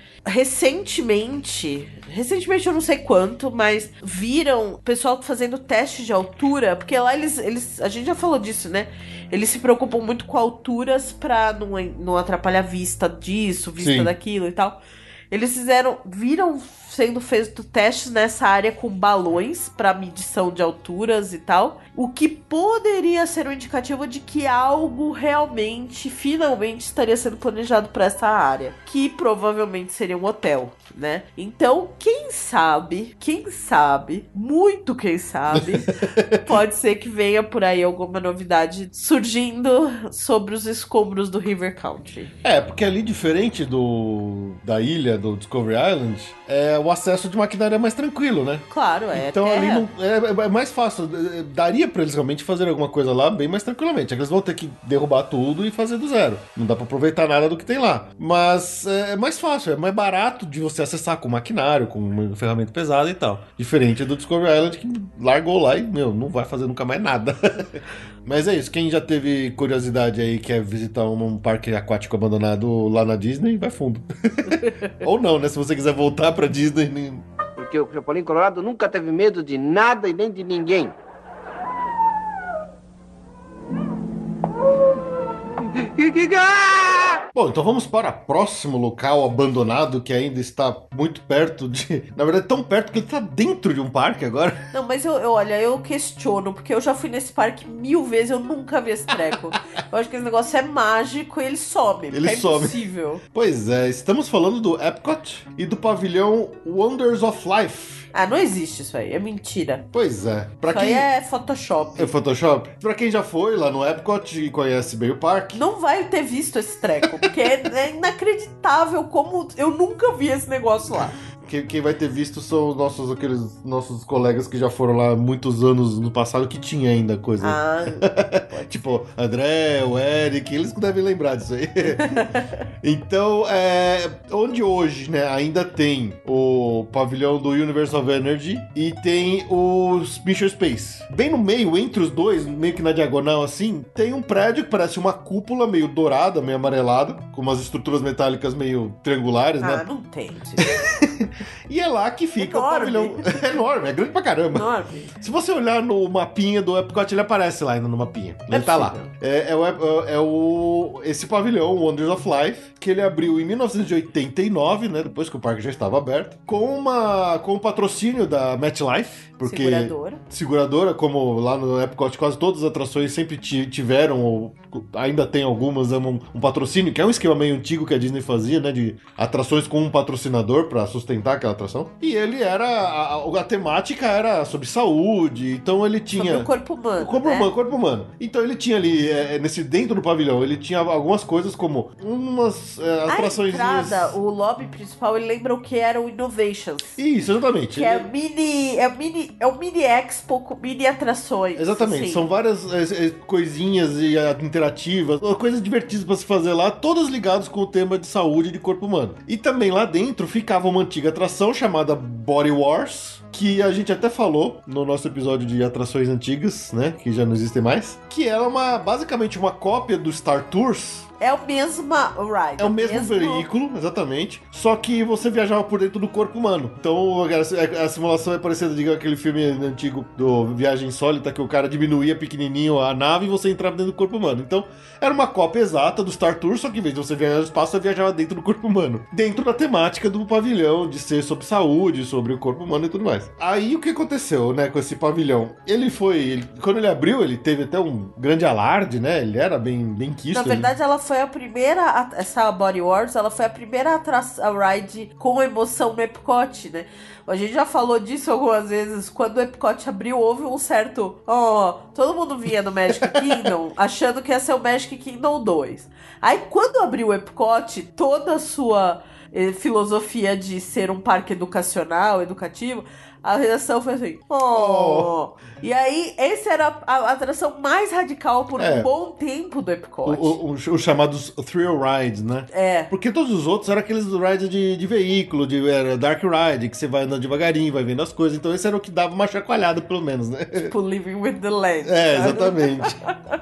Recentemente, recentemente eu não sei quanto, mas viram o pessoal fazendo teste de altura, porque lá eles, eles, a gente já falou disso, né? Eles se preocupam muito com alturas pra não, não atrapalhar a vista disso, vista Sim. daquilo e tal. Eles fizeram, viram sendo feito testes nessa área com balões para medição de alturas e tal, o que poderia ser um indicativo de que algo realmente, finalmente, estaria sendo planejado para essa área, que provavelmente seria um hotel, né? Então, quem sabe, quem sabe, muito quem sabe, pode ser que venha por aí alguma novidade surgindo sobre os escombros do River Country. É, porque ali, diferente do da ilha, do Discovery Island, é, o acesso de maquinária é mais tranquilo, né? Claro, é. Então terra. ali não, é, é mais fácil. Daria pra eles realmente fazerem alguma coisa lá bem mais tranquilamente. É que eles vão ter que derrubar tudo e fazer do zero. Não dá pra aproveitar nada do que tem lá. Mas é, é mais fácil, é mais barato de você acessar com maquinário, com uma ferramenta pesada e tal. Diferente do Discovery Island, que largou lá e, meu, não vai fazer nunca mais nada. Mas é isso, quem já teve curiosidade aí, quer visitar um, um parque aquático abandonado lá na Disney, vai fundo. Ou não, né? Se você quiser voltar pra Disney... Porque o Chapolin Colorado nunca teve medo de nada e nem de ninguém. Bom, então vamos para o próximo local abandonado que ainda está muito perto de... Na verdade, tão perto que ele está dentro de um parque agora. Não, mas eu, eu, olha, eu questiono, porque eu já fui nesse parque mil vezes, eu nunca vi esse treco. Eu acho que esse negócio é mágico e ele some. Ele é some. Impossível. Pois é, estamos falando do Epcot e do pavilhão Wonders of Life. Ah, não existe isso aí, é mentira. Pois é. Pra isso quem... aí é Photoshop. É Photoshop? Pra quem já foi lá no Epcot e conhece bem o parque... Não vai ter visto esse treco, porque é inacreditável como eu nunca vi esse negócio lá. Quem, quem vai ter visto são os nossos, aqueles nossos colegas que já foram lá muitos anos no passado, que tinha ainda coisa. Ah, tipo, André, o Eric, eles devem lembrar disso aí. Então, é, onde hoje, né, ainda tem o pavilhão do Universe of Energy e tem os Mission Space. Bem no meio, entre os dois, meio que na diagonal assim, tem um prédio que parece uma cúpula meio dourada, meio amarelada, com umas estruturas metálicas meio triangulares, ah, né? Ah, não tem. E é lá que fica enorme. o pavilhão. É enorme, é grande pra caramba. Enorme. Se você olhar no mapinha do Epcot, ele aparece lá ainda no mapinha. Ele É tá lá. possível. É, é, o, é, é o esse pavilhão, Wonders of Life, que ele abriu em mil novecentos e oitenta e nove, né? Depois que o parque já estava aberto, com uma com o patrocínio da MetLife, porque Seguradora. Seguradora, como lá no Epcot quase todas as atrações sempre tiveram, ou ainda tem algumas, um, um patrocínio, que é um esquema meio antigo que a Disney fazia, né? De atrações com um patrocinador pra sustentar aquela atração. E ele era... A, a, a temática era sobre saúde, então ele tinha... Sobre o corpo humano, O corpo né? humano, corpo humano. Então ele tinha ali, é, nesse dentro do pavilhão, ele tinha algumas coisas como umas é, atrações... A entrada, o lobby principal, ele lembra o que era o Innovations. Isso, exatamente. Que é mini, é mini, é o mini expo com mini atrações. Exatamente, assim. são várias é, é, coisinhas e, é, interativas, coisas divertidas pra se fazer lá, todas ligadas com o tema de saúde e de corpo humano. E também lá dentro ficava uma antiga atração chamada Body Wars, que a gente até falou no nosso episódio de atrações antigas, né, que já não existem mais, que era uma, basicamente uma cópia do Star Tours. É o mesmo ride. É o mesmo, mesmo veículo, exatamente. Só que você viajava por dentro do corpo humano. Então a, a simulação é parecida, diga, aquele filme antigo do Viagem Insólita, que o cara diminuía pequenininho a nave e você entrava dentro do corpo humano. Então era uma cópia exata do Star Tours, só que em vez de você viajar no espaço, você viajava dentro do corpo humano. Dentro da temática do pavilhão, de ser sobre saúde, sobre o corpo humano e tudo mais. Aí o que aconteceu, né, com esse pavilhão? Ele foi... Ele, quando ele abriu, ele teve até um grande alarde, né? Ele era bem, bem quisto. Na verdade, ela foi a primeira, essa Body Wars, ela foi a primeira atração, ride com emoção no Epcot, né? A gente já falou disso algumas vezes. Quando o Epcot abriu, houve um certo... Ó, oh, todo mundo vinha no Magic Kingdom achando que ia ser o Magic Kingdom dois. Aí, quando abriu o Epcot, toda a sua eh, filosofia de ser um parque educacional, educativo... A redação foi assim, oh. oh. E aí, essa era a atração mais radical por é. um bom tempo do Epcot. Os chamados thrill rides, né? É. Porque todos os outros eram aqueles rides de, de veículo, de era dark ride, que você vai andando devagarinho, vai vendo as coisas. Então esse era o que dava uma chacoalhada, pelo menos, né? Tipo, living with the land. É, exatamente.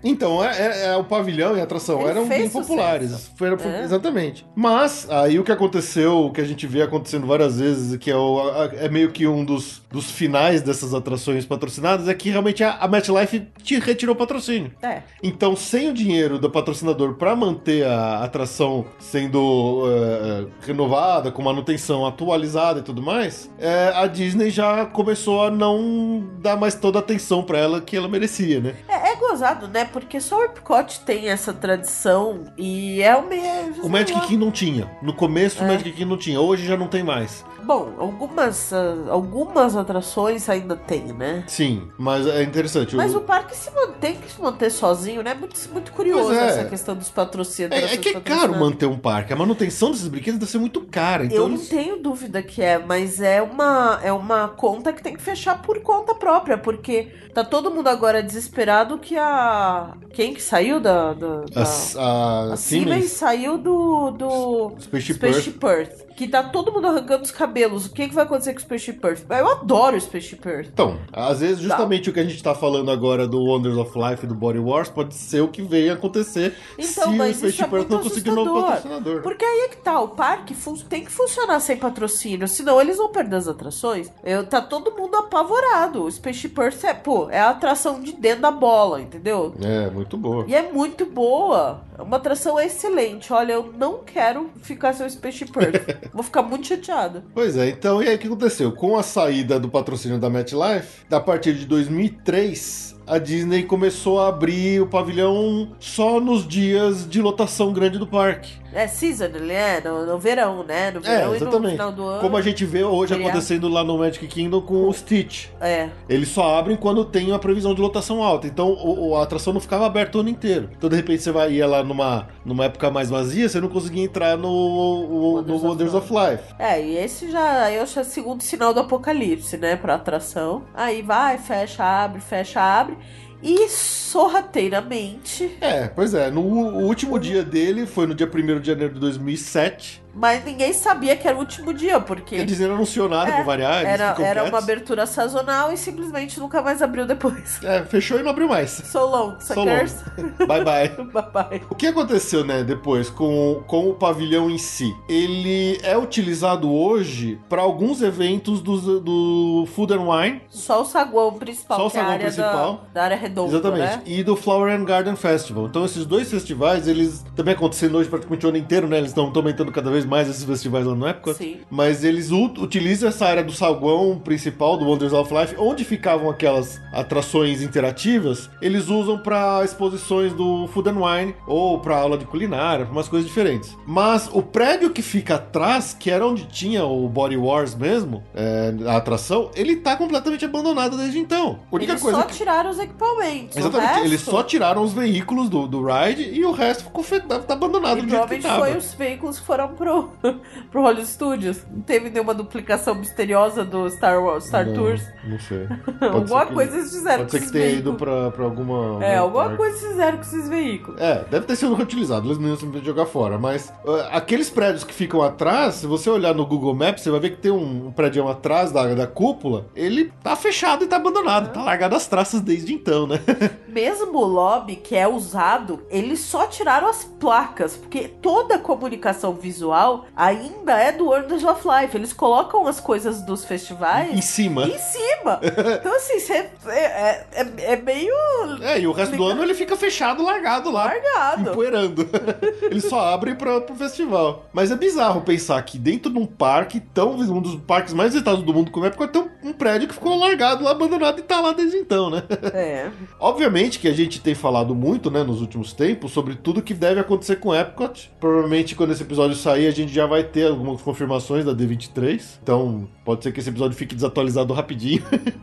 Então, é, é- é o pavilhão e a atração Ele eram fez bem sucesso. populares. Foi, É. Exatamente. Mas, aí o que aconteceu, o que a gente vê acontecendo várias vezes, que é, o, a- é meio que um dos, dos finais dessas atrações patrocinadas, é que realmente a, a MetLife te retirou o patrocínio. É. Então, sem o dinheiro do patrocinador para manter a atração sendo eh, renovada, com manutenção atualizada e tudo mais, eh, a Disney já começou a não dar mais toda a atenção para ela que ela merecia, né? É, é gozado, né? Porque só o Epcot tem essa tradição e é o mesmo. O Magic Kingdom tinha. No começo o É. Magic Kingdom tinha. Hoje já não tem mais. Bom, algumas, ah, algumas atrações ainda tem, né? Sim, mas é interessante. Mas o... o parque se mantém que se manter sozinho, né? Muito, muito curioso Pois é. essa questão dos patrocínios. É, é que é caro manter um parque. A manutenção desses brinquedos deve ser muito cara. Então Eu não eles- tenho dúvida que é, mas é uma, é uma conta que tem que fechar por conta própria, porque tá todo mundo agora desesperado que a... Quem que saiu da... da, da... A, a, A Siemens, Siemens saiu do, do Spaceship Spaceship Earth. Que tá todo mundo arrancando os cabelos. O que, que vai acontecer com o Spaceship Earth? Eu adoro o Spaceship Earth. Então, às vezes, justamente o que a gente tá falando agora do Wonders of Life e do Body Wars pode ser o que veio acontecer Então, se o mas isso é Spaceship Earth muito não conseguir um novo assustador. patrocinador. Porque aí é que tá, o parque fun- tem que funcionar sem patrocínio, senão eles vão perder as atrações. Eu, tá todo mundo apavorado. O Spaceship Earth é, pô, é a atração de dentro da bola, entendeu? É, muito boa. E é muito boa. É uma atração excelente. Olha, eu não quero ficar sem o Spaceship Earth. Vou ficar muito chateada. Pois é, então, e aí o que aconteceu? Com a saída do patrocínio da MetLife, a partir de dois mil e três, a Disney começou a abrir o pavilhão só nos dias de lotação grande do parque. É seasonal, é, no, no verão, né? No verão É, e no exatamente. final do ano. Como a gente vê hoje Feriado. acontecendo lá no Magic Kingdom com o Stitch. É. Eles só abrem quando tem uma previsão de lotação alta. Então o, o- a atração não ficava aberta o ano inteiro. Então de repente você vai ia lá numa, numa época mais vazia, você não conseguia entrar no, o- no Wonders of Wonders of Life. É, e esse já, eu acho, é o segundo sinal do apocalipse, né, pra atração. Aí vai, fecha, abre, fecha, abre. E sorrateiramente, É, pois é. No o último dia dele foi no dia primeiro de janeiro de dois mil e sete. mas ninguém sabia que era o último dia, porque A Disney não anunciou nada É, pra variar. eles era, ficam era uma quietos. abertura sazonal e simplesmente nunca mais abriu depois. É, fechou e não abriu mais. So long, So long. suckers. Bye bye. Bye bye. O que aconteceu, né, depois com, com o pavilhão em si? Ele é utilizado hoje para alguns eventos do, do Food and Wine. Só o saguão principal, Só o que é a saguão área principal. Da, da área redonda, Exatamente. né? E do Flower and Garden Festival. Então esses dois festivais, eles também acontecendo hoje praticamente o ano inteiro, né? Eles estão aumentando cada vez mais esses festivais lá no Epcot. Sim. Mas eles u- utilizam essa área do saguão principal do Wonders of Life, onde ficavam aquelas atrações interativas, eles usam para exposições do Food and Wine ou para aula de culinária, pra umas coisas diferentes. Mas o prédio que fica atrás, que era onde tinha o Body Wars mesmo, é, a atração, ele tá completamente abandonado desde então. A única Eles coisa só que... tiraram os equipamentos. Exatamente, o resto, eles só tiraram os veículos do, do ride e o resto ficou fe... tá abandonado E do jeito que provavelmente tava. foi os veículos que foram pro, pro Hollywood Studios. Não teve nenhuma duplicação misteriosa do Star Wars, Star Não, Tours. Não sei. Pode Alguma ser que- coisa eles fizeram Pode com ser que esses tenha ido veículos. pra, pra alguma... É, alguma alguma parte. coisa eles fizeram com esses veículos. É, deve ter sido reutilizado, eles não iam simplesmente jogar fora, mas uh, aqueles prédios que ficam atrás, se você olhar no Google Maps, você vai ver que tem um, um prédio atrás da, da cúpula, ele tá fechado e tá abandonado, tá largado as traças desde então, né? Mesmo o lobby que é usado, eles só tiraram as placas, porque toda a comunicação visual ainda é do Wonders of Life. Eles colocam as coisas dos festivais Em cima. em cima. Então, assim, cê, é, é, é meio É, e o resto do ano ele fica fechado, largado lá. largado. Empoeirando. Eles só abrem pra, pro festival. Mas é bizarro pensar que dentro de um parque, tão, um dos parques mais visitados do mundo como é, porque tem um, um prédio que ficou largado lá, abandonado e tá lá desde então, né? É. Obviamente que a gente tem falado muito, né, nos últimos tempos, sobre tudo que deve acontecer com o Epcot. Provavelmente quando esse episódio sair, a gente já vai ter algumas confirmações da D vinte e três. Então, pode ser que esse episódio fique desatualizado rapidinho.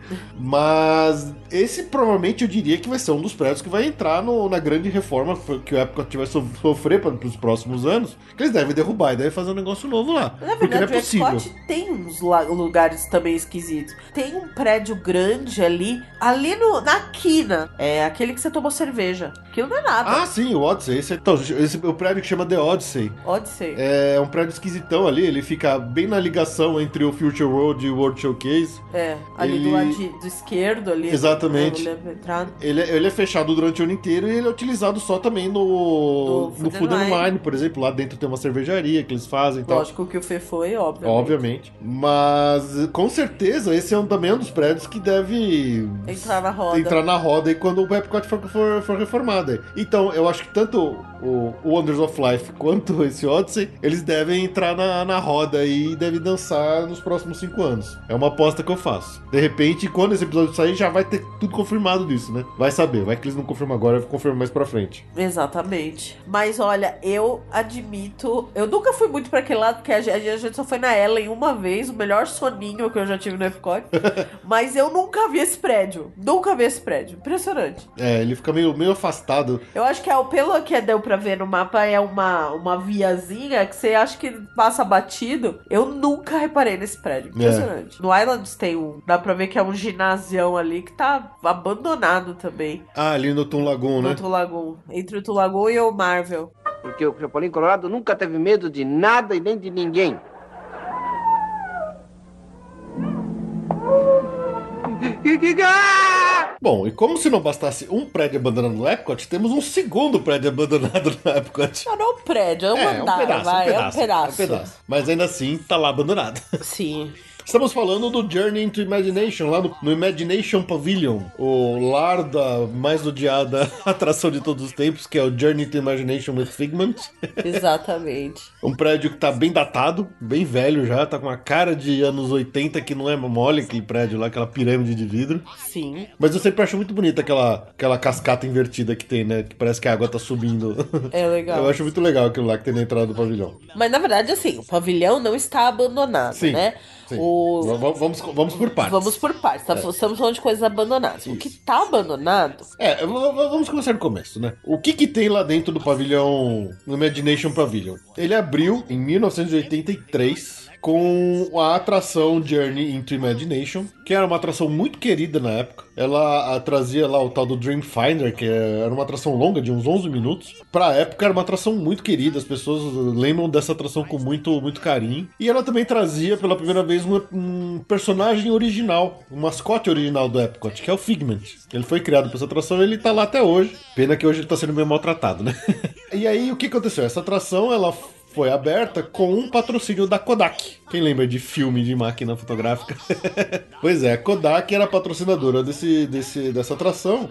Mas esse provavelmente eu diria que vai ser um dos prédios que vai entrar no- na grande reforma que o Epcot vai so- sofrer para os próximos anos. Que eles devem derrubar e devem fazer um negócio novo lá. Na Porque não é verdade, o possível. Epcot tem uns la- lugares também esquisitos. Tem um prédio grande ali, ali no, na quina. É aquele que você tomou cerveja. Aquilo não é nada. Ah, sim, o Odyssey. Esse, é, então, esse é o prédio que chama The Odyssey. Odyssey. É um prédio esquisitão ali, ele fica bem na ligação entre o Future World e o World Showcase. É, ali ele... do lado de, do esquerdo ali. Exatamente. Do, ele, ele é fechado durante o ano inteiro e ele é utilizado só também no, no no Food and Wine, por exemplo. Lá dentro tem uma cervejaria que eles fazem. Lógico que o Fê foi, obviamente. Obviamente. Mas, com certeza, esse é um, também um dos prédios que deve... Entrar na roda. Entrar na roda aí quando o Epcot for, for, for reformado. Então, eu acho que tanto o, o Wonders of Life quanto esse Odyssey, eles devem entrar na, na roda aí e devem dançar nos próximos cinco anos. É uma aposta que eu faço. De repente, quando esse episódio sair, já vai ter tudo confirmado disso, né? Vai saber. Vai que eles não confirmam agora, confirmam mais pra frente. Exatamente. Mas olha, eu admito... Eu nunca fui muito pra aquele lado, porque a gente, a gente só foi na Ellen uma vez, o melhor soninho que eu já tive no Epcot. Mas eu nunca vi esse prédio. Nunca vi esse prédio. Impressionante. É, ele fica meio, meio afastado. Eu acho que é, pelo que deu pra ver no mapa, é uma, uma viazinha que você acha que passa batido. Eu nunca reparei nesse prédio. Impressionante. É. No Islands tem um... Dá pra ver que é um ginasião ali que tá abandonado também. Ah, ali no Toon Lagoon, né? No Toon Lagoon. Entre o Toon Lagoon e o Marvel. Porque o Chapolin Colorado nunca teve medo de nada e nem de ninguém. Bom, e como se não bastasse um prédio abandonado no Epcot, temos um segundo prédio abandonado no Epcot. Não, não é um prédio, é um é, andar, um pedaço, vai, um pedaço, é um pedaço. É um pedaço. Mas ainda assim, tá lá abandonado. Sim. Estamos falando do Journey into Imagination, lá no, no Imagination Pavilion, o lar da mais odiada atração de todos os tempos, que é o Journey into Imagination with Figment. Exatamente. Um prédio que tá bem datado, bem velho já, tá com uma cara de anos oitenta que não é mole, aquele prédio lá, aquela pirâmide de vidro. Sim. Mas eu sempre acho muito bonita aquela, aquela cascata invertida que tem, né, que parece que a água tá subindo. É legal. Eu acho muito legal aquilo lá que tem na entrada do pavilhão. Mas na verdade, assim, o pavilhão não está abandonado, Sim. né? Sim. O... Vamos, vamos, vamos por partes. Vamos por partes, tá? É. Estamos falando de coisas abandonadas. Isso. O que tá abandonado... É, vamos começar do começo, né? O que que tem lá dentro do pavilhão, no Imagination Pavilion? Ele abriu em mil novecentos e oitenta e três com a atração Journey into Imagination, que era uma atração muito querida na época. Ela a, trazia lá o tal do Dream Finder, que era uma atração longa, de uns onze minutos. Pra época era uma atração muito querida, as pessoas lembram dessa atração com muito, muito carinho. E ela também trazia pela primeira vez um, um personagem original, um mascote original do Epcot, que é o Figment. Ele foi criado pra essa atração e ele tá lá até hoje. Pena que hoje ele tá sendo meio maltratado, né? E aí, o que aconteceu? Essa atração, ela foi aberta com um patrocínio da Kodak. Quem lembra de filme de máquina fotográfica? Pois é, a Kodak era patrocinadora desse, desse, dessa atração,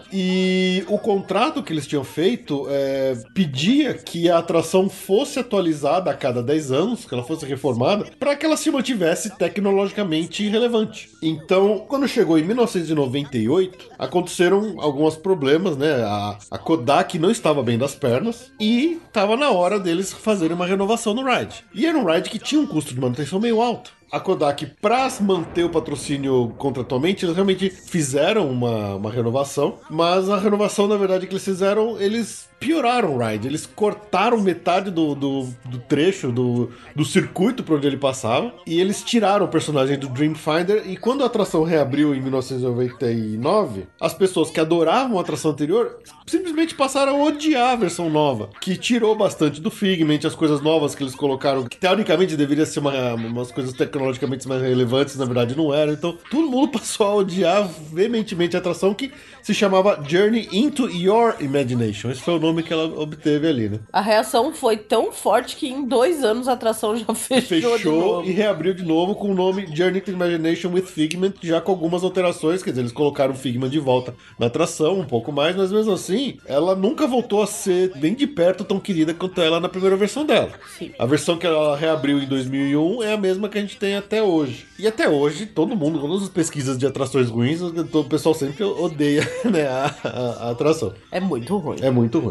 e o contrato que eles tinham feito é, pedia que a atração fosse atualizada a cada dez anos, que ela fosse reformada, para que ela se mantivesse tecnologicamente relevante. Então, quando chegou em mil novecentos e noventa e oito, aconteceram alguns problemas, né? A, a Kodak não estava bem das pernas e estava na hora deles fazerem uma renovação no ride. E era um ride que tinha um custo de manutenção meio alto. A Kodak, para manter o patrocínio contratualmente, eles realmente fizeram uma, uma renovação, mas a renovação, na verdade, que eles fizeram, eles pioraram o ride. Eles cortaram metade do, do, do trecho, do, do circuito por onde ele passava, e eles tiraram o personagem do Dream Finder, e quando a atração reabriu em mil novecentos e noventa e nove, as pessoas que adoravam a atração anterior simplesmente passaram a odiar a versão nova, que tirou bastante do Figment, as coisas novas que eles colocaram, que teoricamente deveria ser uma, umas coisas tecnologicamente mais relevantes, na verdade não eram. Então todo mundo passou a odiar veementemente a atração, que se chamava Journey into Your Imagination. Esse foi o nome que ela obteve ali, né? A reação foi tão forte que em dois anos a atração já fechou, fechou e reabriu de novo com o nome Journey to Imagination with Figment, já com algumas alterações. Quer dizer, eles colocaram o Figment de volta na atração, um pouco mais, mas mesmo assim ela nunca voltou a ser nem de perto tão querida quanto ela na primeira versão dela. Sim. A versão que ela reabriu em dois mil e um é a mesma que a gente tem até hoje. E até hoje, todo mundo, todas as pesquisas de atrações ruins, o pessoal sempre odeia, né, a, a, a atração. É muito ruim. É muito ruim.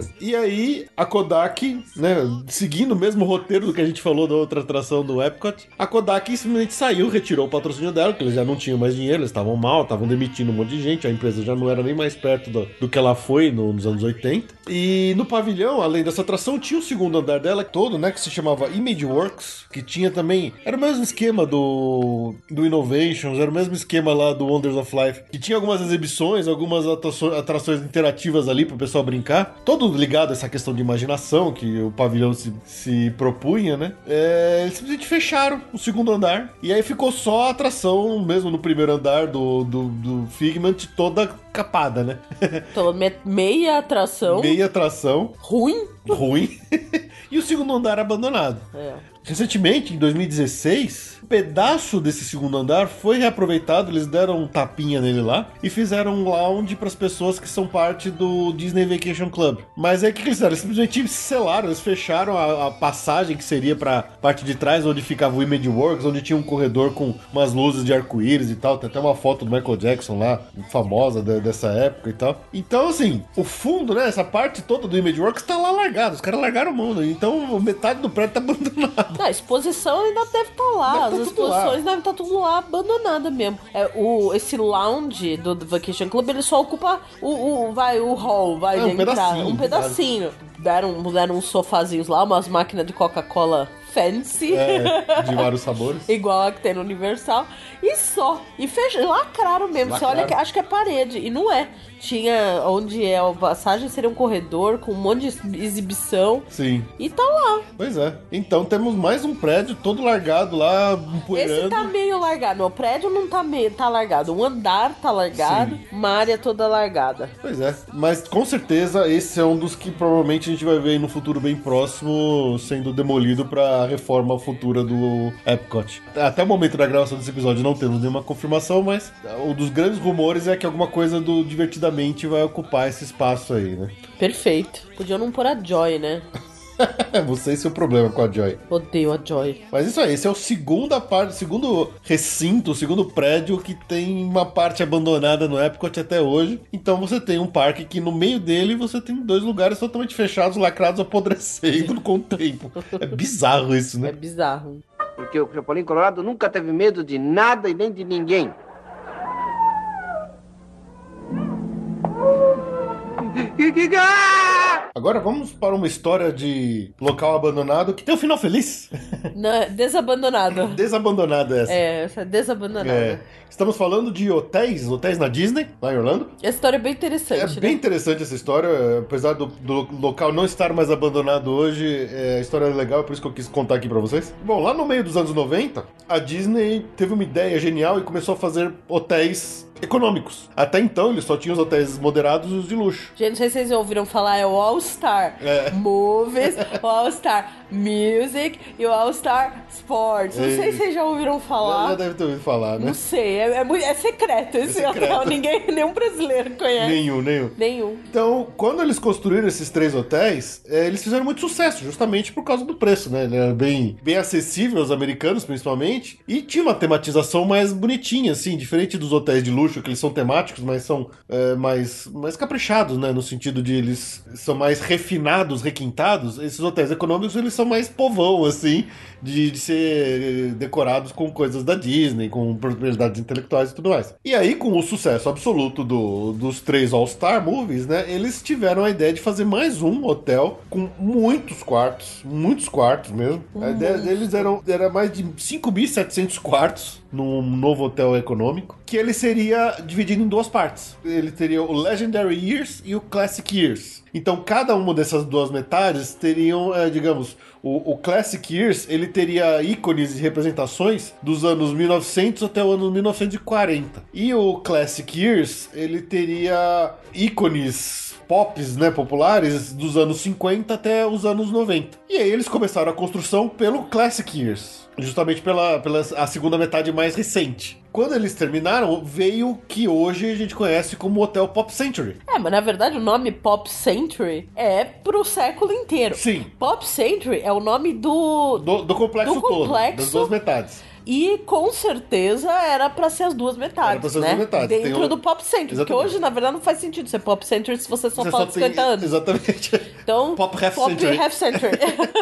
E aí, a Kodak, né, seguindo o mesmo roteiro do que a gente falou da outra atração do Epcot, a Kodak simplesmente saiu, retirou o patrocínio dela, porque eles já não tinham mais dinheiro, eles estavam mal, estavam demitindo um monte de gente, a empresa já não era nem mais perto do, do que ela foi no, nos anos oitenta. E no pavilhão, além dessa atração, tinha o segundo andar dela todo, né, que se chamava Imageworks, que tinha também, era o mesmo esquema do, do Innovations, era o mesmo esquema lá do Wonders of Life, que tinha algumas exibições, algumas atrações, atrações interativas ali pro pessoal brincar, todo ligado a essa questão de imaginação que o pavilhão se, se propunha, né? É, eles simplesmente fecharam o segundo andar e aí ficou só a atração mesmo no primeiro andar do, do, do Figment toda capada, né? Então, me- meia atração. Meia atração. Ruim. Ruim. E o segundo andar abandonado. É. Recentemente, em dois mil e dezesseis, um pedaço desse segundo andar foi reaproveitado, eles deram um tapinha nele lá e fizeram um lounge para as pessoas que são parte do Disney Vacation Club. Mas aí o que, que eles fizeram? Eles simplesmente selaram, eles fecharam a, a passagem que seria para parte de trás, onde ficava o Imageworks, onde tinha um corredor com umas luzes de arco-íris e tal. Tem até uma foto do Michael Jackson lá, famosa de, dessa época e tal. Então, assim, o fundo, né, essa parte toda do Imageworks tá lá largada, os caras largaram a mão, né? Então metade do prédio tá abandonado. Ah, a exposição ainda deve estar lá. Deve tá As tudo lá. exposições devem estar tudo lá, abandonada mesmo. É, o, esse lounge do, do Vacation Club, ele só ocupa o, o, vai, o hall, vai, É, um de entrada. pedacinho, Um pedacinho. Deram, deram uns sofazinhos lá, umas máquinas de Coca-Cola fancy. É, de vários sabores. Igual a que tem no Universal. E só. E fecha, lacraram mesmo. Você Lacraram. olha que acho que é parede. E não é. Tinha onde é a passagem, seria um corredor com um monte de exibição. Sim. E tá lá. Pois é. Então temos mais um prédio todo largado lá, empoeirando. Esse tá meio largado. O prédio não tá meio, tá largado. Um andar tá largado, Sim. uma área toda largada. Pois é. Mas com certeza esse é um dos que provavelmente a gente vai ver no futuro bem próximo sendo demolido pra reforma futura do Epcot. Até o momento da gravação desse episódio não temos nenhuma confirmação, mas um dos grandes rumores é que alguma coisa do Divertidamente vai ocupar esse espaço aí, né? Perfeito. Podia não pôr a Joy, né? Você e seu problema com a Joy. Odeio a Joy. Mas isso aí, esse é o segundo parte, segundo recinto, o segundo prédio que tem uma parte abandonada no Epcot até hoje. Então você tem um parque que no meio dele você tem dois lugares totalmente fechados, lacrados, apodrecendo com o tempo. É bizarro isso, É né? bizarro. Porque o Chapolin Colorado nunca teve medo de nada e nem de ninguém. Agora vamos para uma história de local abandonado que tem um final feliz. Na- desabandonado. Desabandonado essa. É, essa é desabandonada. É. Estamos falando de hotéis, hotéis na Disney, lá em Orlando. Essa história é bem interessante, É né? bem interessante essa história, apesar do, do local não estar mais abandonado hoje, é, a história é legal, é por isso que eu quis contar aqui pra vocês. Bom, lá no meio dos anos noventa, a Disney teve uma ideia genial e começou a fazer hotéis econômicos. Até então, eles só tinham os hotéis moderados e os de luxo. Gente, não sei se vocês ouviram falar, é o All Star É. Movies, o All Star Music e o All Star Sports. Não sei É. se vocês já ouviram Já, falar. já deve ter ouvido falar, né? Não sei, é, é, muito- é secreto esse secreto. hotel. Ninguém, nenhum brasileiro conhece. Nenhum, nenhum. Nenhum. Então, quando eles construíram esses três hotéis, eh, eles fizeram muito sucesso, justamente por causa do preço, né? Ele era bem, bem acessível aos americanos, principalmente, e tinha uma tematização mais bonitinha, assim, diferente dos hotéis de luxo, que eles são temáticos, mas são eh, mais, mais caprichados, né? No sentido de eles são mais refinados, requintados. Esses hotéis econômicos, eles são mais povão, assim, de, de ser decorados com coisas da Disney, com propriedades intelectuais e tudo mais. E aí, com o sucesso absoluto do, dos três All-Star Movies, né, eles tiveram a ideia de fazer mais um hotel com muitos quartos, muitos quartos mesmo. A ideia deles era, era mais de cinco mil e setecentos quartos num novo hotel econômico, que ele seria dividido em duas partes. Ele teria o Legendary Years e o Classic Years. Então, cada uma dessas duas metades teriam, é, digamos, o, o Classic Years, ele teria ícones e representações dos anos mil e novecentos até o ano mil novecentos e quarenta. E o Classic Years, ele teria ícones pops, né, populares dos anos cinquenta até os anos noventa. E aí eles começaram a construção pelo Classic Years, justamente pela, pela a segunda metade mais recente. Quando eles terminaram, veio o que hoje a gente conhece como Hotel Pop Century. É, mas na verdade o nome Pop Century é pro século inteiro. Sim. Pop Century é o nome do... Do, do complexo Do todo, complexo. das duas metades. E com certeza era pra ser as duas metades, Era pra ser as né? duas metades. Dentro Tem um- do Pop Century. Porque Exatamente. hoje, na verdade, não faz sentido ser Pop Century se você só Você fala só de tem- cinquenta anos. Exatamente. Então, Pop Half Pop Century. Half Century.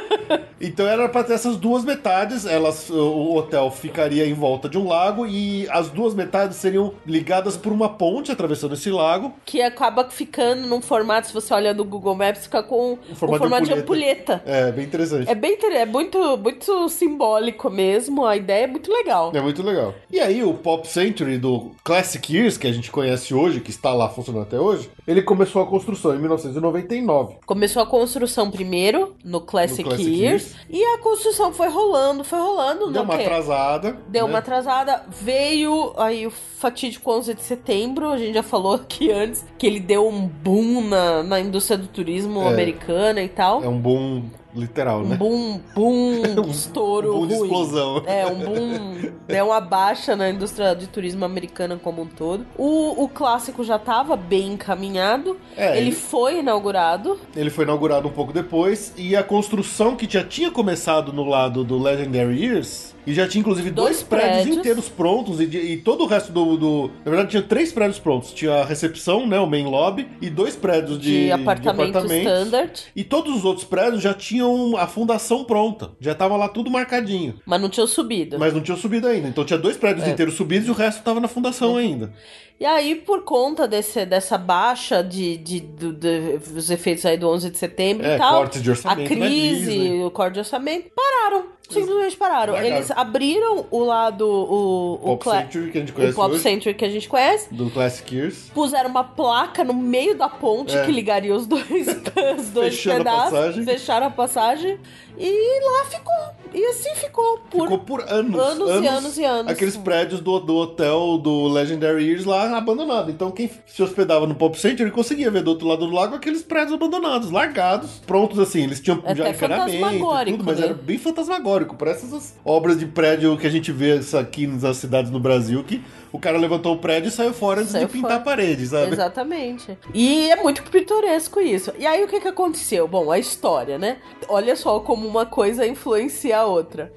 Então era pra ter essas duas metades, elas, o hotel ficaria em volta de um lago e as duas metades seriam ligadas por uma ponte atravessando esse lago. Que acaba ficando num formato, se você olha no Google Maps, fica com um formato formato, de de ampulheta. É, bem interessante. É bem inter- é muito, muito simbólico mesmo, a ideia é muito legal. É muito legal. E aí o Pop Century do Classic Years, que a gente conhece hoje, que está lá funcionando até hoje, ele começou a construção em mil novecentos e noventa e nove. Começou a construção primeiro no Classic, No Classic Years, Years. e a construção foi rolando, foi rolando. Deu no uma quê? atrasada. Deu né? uma atrasada, veio aí o fatídico onze de setembro, a gente já falou aqui antes, que ele deu um boom na, na indústria do turismo É. americana e tal. É um boom literal, Um né? boom, boom, estouro Um boom de ruim. explosão. É, um boom, deu uma baixa na indústria de turismo americana como um todo. O, o clássico já estava bem encaminhado, É, ele ele- foi inaugurado. Ele foi inaugurado um pouco depois e a construção que já tinha começado no lado do Legendary Years e já tinha inclusive dois, Dois prédios, prédios. inteiros prontos e, de- e todo o resto do, do- Na verdade, tinha três prédios prontos. Tinha a recepção, né, o main lobby, e dois prédios de, De apartamento apartamentos. standard. E todos os outros prédios já tinham a fundação pronta. Já tava lá tudo marcadinho. Mas não tinha subido. Mas não tinha subido ainda. Então tinha dois prédios É. inteiros subidos e o resto tava na fundação Uhum. ainda. E aí, por conta desse, dessa baixa de, de, do- do- dos efeitos aí do onze de setembro É, e tal, cortes de orçamento a na crise, Disney. o corte de orçamento, pararam. Simplesmente pararam. Largaram. Eles abriram o lado, o, o, Pop cla- Century, que a gente o conhece Pop hoje, Century que a gente conhece. do Classic Years. Puseram uma placa no meio da ponte É. que ligaria os dois, os dois Fechando a pedaços. passagem. Fecharam a passagem. E lá ficou. E assim ficou. Por Ficou por anos, anos e anos e anos. Aqueles prédios do, do hotel do Legendary Years lá abandonado. Então quem se hospedava no Pop Century conseguia ver do outro lado do lago aqueles prédios abandonados, largados, prontos assim. Eles tinham Até já encanamento e fantasmagórico, tudo, mas né? era bem fantasmagórico. Parece essas obras de prédio que a gente vê aqui nas cidades no Brasil, que o cara levantou o prédio e saiu fora antes Saiu de pintar fora. a parede, sabe? Exatamente. E é muito pitoresco isso. E aí o que que aconteceu? Bom, a história, né? Olha só como uma coisa influencia a outra.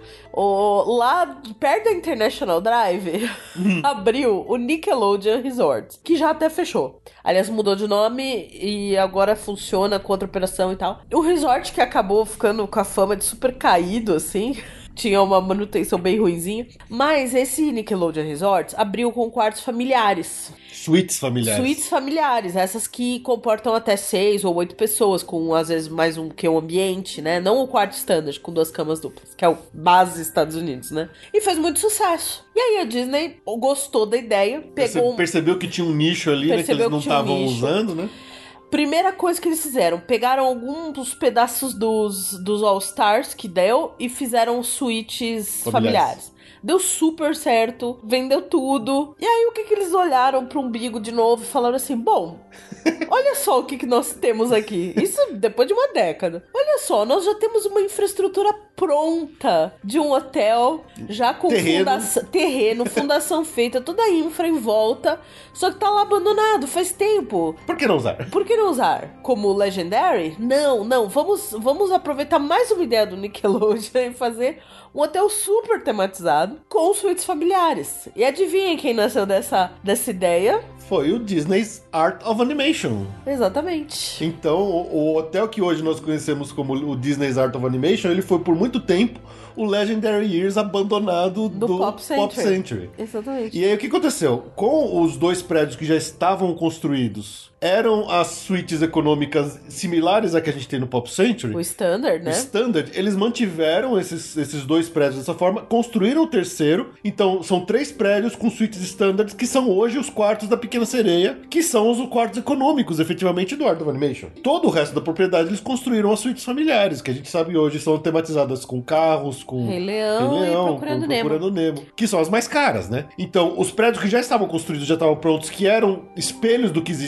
O, lá perto da International Drive abriu o Nickelodeon Resort, que já até fechou. Aliás, mudou de nome e agora funciona com outra operação e tal. O resort que acabou ficando com a fama de super caído, assim. Tinha uma manutenção bem ruinzinha. Mas esse Nickelodeon Resort abriu com quartos familiares. Suítes familiares. Suítes familiares, essas que comportam até seis ou oito pessoas, com às vezes mais um que um ambiente, né? Não o quarto standard com duas camas duplas, que é o base Estados Unidos, né? E fez muito sucesso. E aí a Disney gostou da ideia, Perce- pegou um... Percebeu que tinha um nicho ali, né, que Percebeu eles não que tinha um estavam nicho. usando, né? Primeira coisa que eles fizeram, pegaram alguns pedaços dos, dos All-Stars que deu e fizeram suítes Familiares. familiares. Deu super certo, vendeu tudo. E aí o que que eles olharam pro umbigo de novo e falaram assim, bom, olha só o que que nós temos aqui. Isso depois de uma década. Olha só, nós já temos uma infraestrutura pronta de um hotel, já com Terreno. fundação, terreno, fundação feita, toda a infra em volta, só que tá lá abandonado faz tempo. Por que não usar? Por que não usar? Como Legendary? Não, não. Vamos, vamos aproveitar mais uma ideia do Nickelodeon e fazer um hotel super tematizado com suítes familiares. E adivinhem quem nasceu dessa, dessa ideia? Foi o Disney's Art of Animation. Exatamente. Então, o, o hotel que hoje nós conhecemos como o Disney's Art of Animation, ele foi por muito tempo o Legendary Years abandonado do, Do Pop Century. Century. Exatamente. E aí, o que aconteceu? Com os dois prédios que já estavam construídos, eram as suítes econômicas similares à que a gente tem no Pop Century. O Standard, O né? Standard, eles mantiveram esses, esses dois prédios dessa forma, construíram o terceiro, então são três prédios com suítes standards, que são hoje os quartos da Pequena Sereia, que são os quartos econômicos, efetivamente, do Art of Animation. Todo o resto da propriedade, eles construíram as suítes familiares, que a gente sabe hoje são tematizadas com carros, com Rei Leão e Procurando com Nemo. Procurando Nemo, que são as mais caras, né? Então, os prédios que já estavam construídos, já estavam prontos, que eram espelhos do que existe no Pop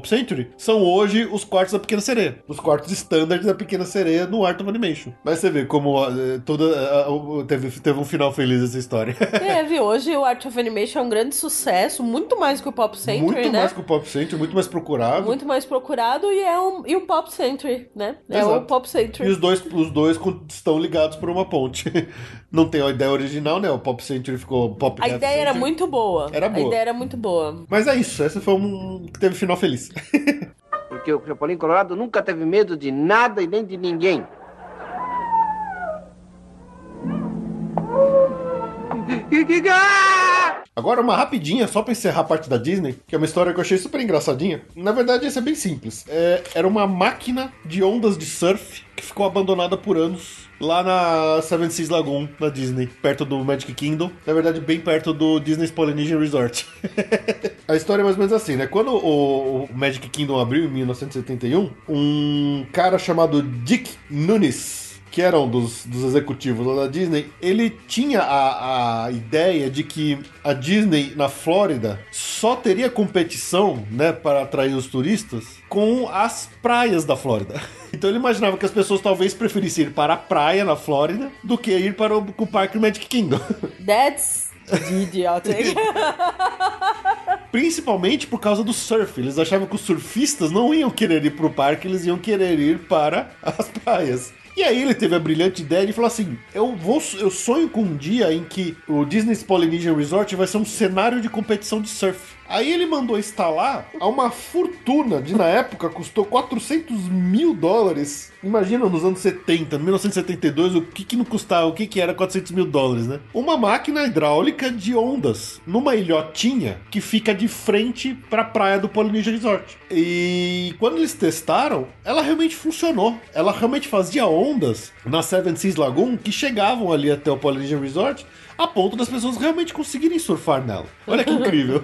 Pop Century são hoje os quartos da Pequena Sereia. Os quartos standard da Pequena Sereia no Art of Animation. Mas você vê como uh, toda, uh, uh, teve, teve um final feliz essa história. Teve. Hoje o Art of Animation é um grande sucesso, muito mais que o Pop Century, muito né? Muito mais que o Pop Century, muito mais procurado. Muito mais procurado e é um, e o Pop Century, né? É Exato. o Pop Century. E os dois, os dois estão ligados por uma ponte. Não tem a ideia original, né? O Pop Century ficou Pop A ideia era muito boa. Era boa. A ideia era muito boa. Mas é isso, esse foi um que teve final feliz. Porque o Chapolin Colorado nunca teve medo de nada e nem de ninguém. Agora uma rapidinha, só pra encerrar a parte da Disney, que é uma história que eu achei super engraçadinha. Na verdade, essa é bem simples. É, era uma máquina de ondas de surf que ficou abandonada por anos lá na Seven Seas Lagoon, na Disney, perto do Magic Kingdom. Na verdade, bem perto do Disney's Polynesian Resort. A história é mais ou menos assim, né? Quando o, o Magic Kingdom abriu em mil novecentos e setenta e um, um cara chamado Dick Nunes, que era um dos, dos executivos lá da Disney, ele tinha a, a ideia de que a Disney na Flórida só teria competição, né, para atrair os turistas com as praias da Flórida. Então ele imaginava que as pessoas talvez preferissem ir para a praia na Flórida do que ir para o, o Parque Magic Kingdom. That's idiotic. Principalmente por causa do surf. Eles achavam que os surfistas não iam querer ir para o parque, eles iam querer ir para as praias. E aí ele teve a brilhante ideia de falar assim, eu, vou, eu sonho com um dia em que o Disney's Polynesian Resort vai ser um cenário de competição de surf. Aí ele mandou instalar a uma fortuna, de na época custou quatrocentos mil dólares. Imagina nos anos setenta, mil novecentos e setenta e dois, o que que não custava, o que que era quatrocentos mil dólares, né? Uma máquina hidráulica de ondas, numa ilhotinha que fica de frente para a praia do Polynesian Resort. E quando eles testaram, ela realmente funcionou. Ela realmente fazia ondas na Seven Seas Lagoon que chegavam ali até o Polynesian Resort, a ponto das pessoas realmente conseguirem surfar nela. Olha que incrível.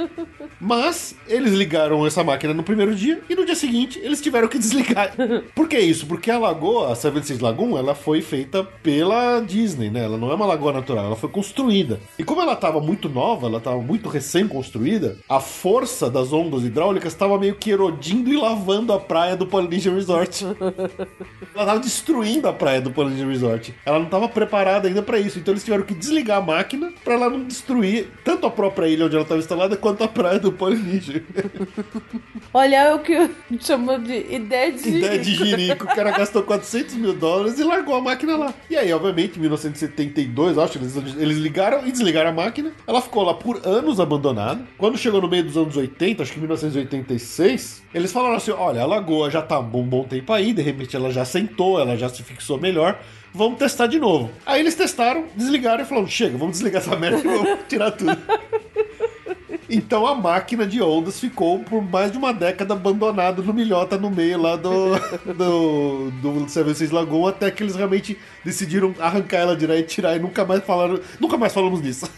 Mas eles ligaram essa máquina no primeiro dia e no dia seguinte eles tiveram que desligar. Por que isso? Porque a lagoa, a Seven Seas Lagoon, ela foi feita pela Disney, né? Ela não é uma lagoa natural, ela foi construída. E como ela estava muito nova, ela estava muito recém-construída, a força das ondas hidráulicas estava meio que erodindo e lavando a praia do Polynesian Resort. Ela estava destruindo a praia do Polynesian Resort. Ela não estava preparada ainda para isso, então eles tiveram que desligar a máquina para ela não destruir tanto a própria ilha onde ela estava instalada quanto a praia do Polynesian. Olha, é o que eu chamo de ideia de Ideia jirico. de jirico. O cara gastou quatrocentos mil dólares e largou a máquina lá. E aí, obviamente, em mil novecentos e setenta e dois, acho, eles, eles ligaram e desligaram a máquina. Ela ficou lá por anos abandonada. Quando chegou no meio dos anos oitenta, acho que em mil novecentos e oitenta e seis, eles falaram assim, olha, a lagoa já tá um bom, bom tempo aí, de repente ela já sentou, ela já se fixou melhor. Vamos testar de novo. Aí eles testaram, desligaram e falaram, chega, vamos desligar essa merda e vamos tirar tudo. Então a máquina de ondas ficou por mais de uma década abandonada no milhota no meio lá do, do, do Seven Seas Lagoon, até que eles realmente decidiram arrancar ela direto e tirar e nunca mais falaram, nunca mais falamos disso.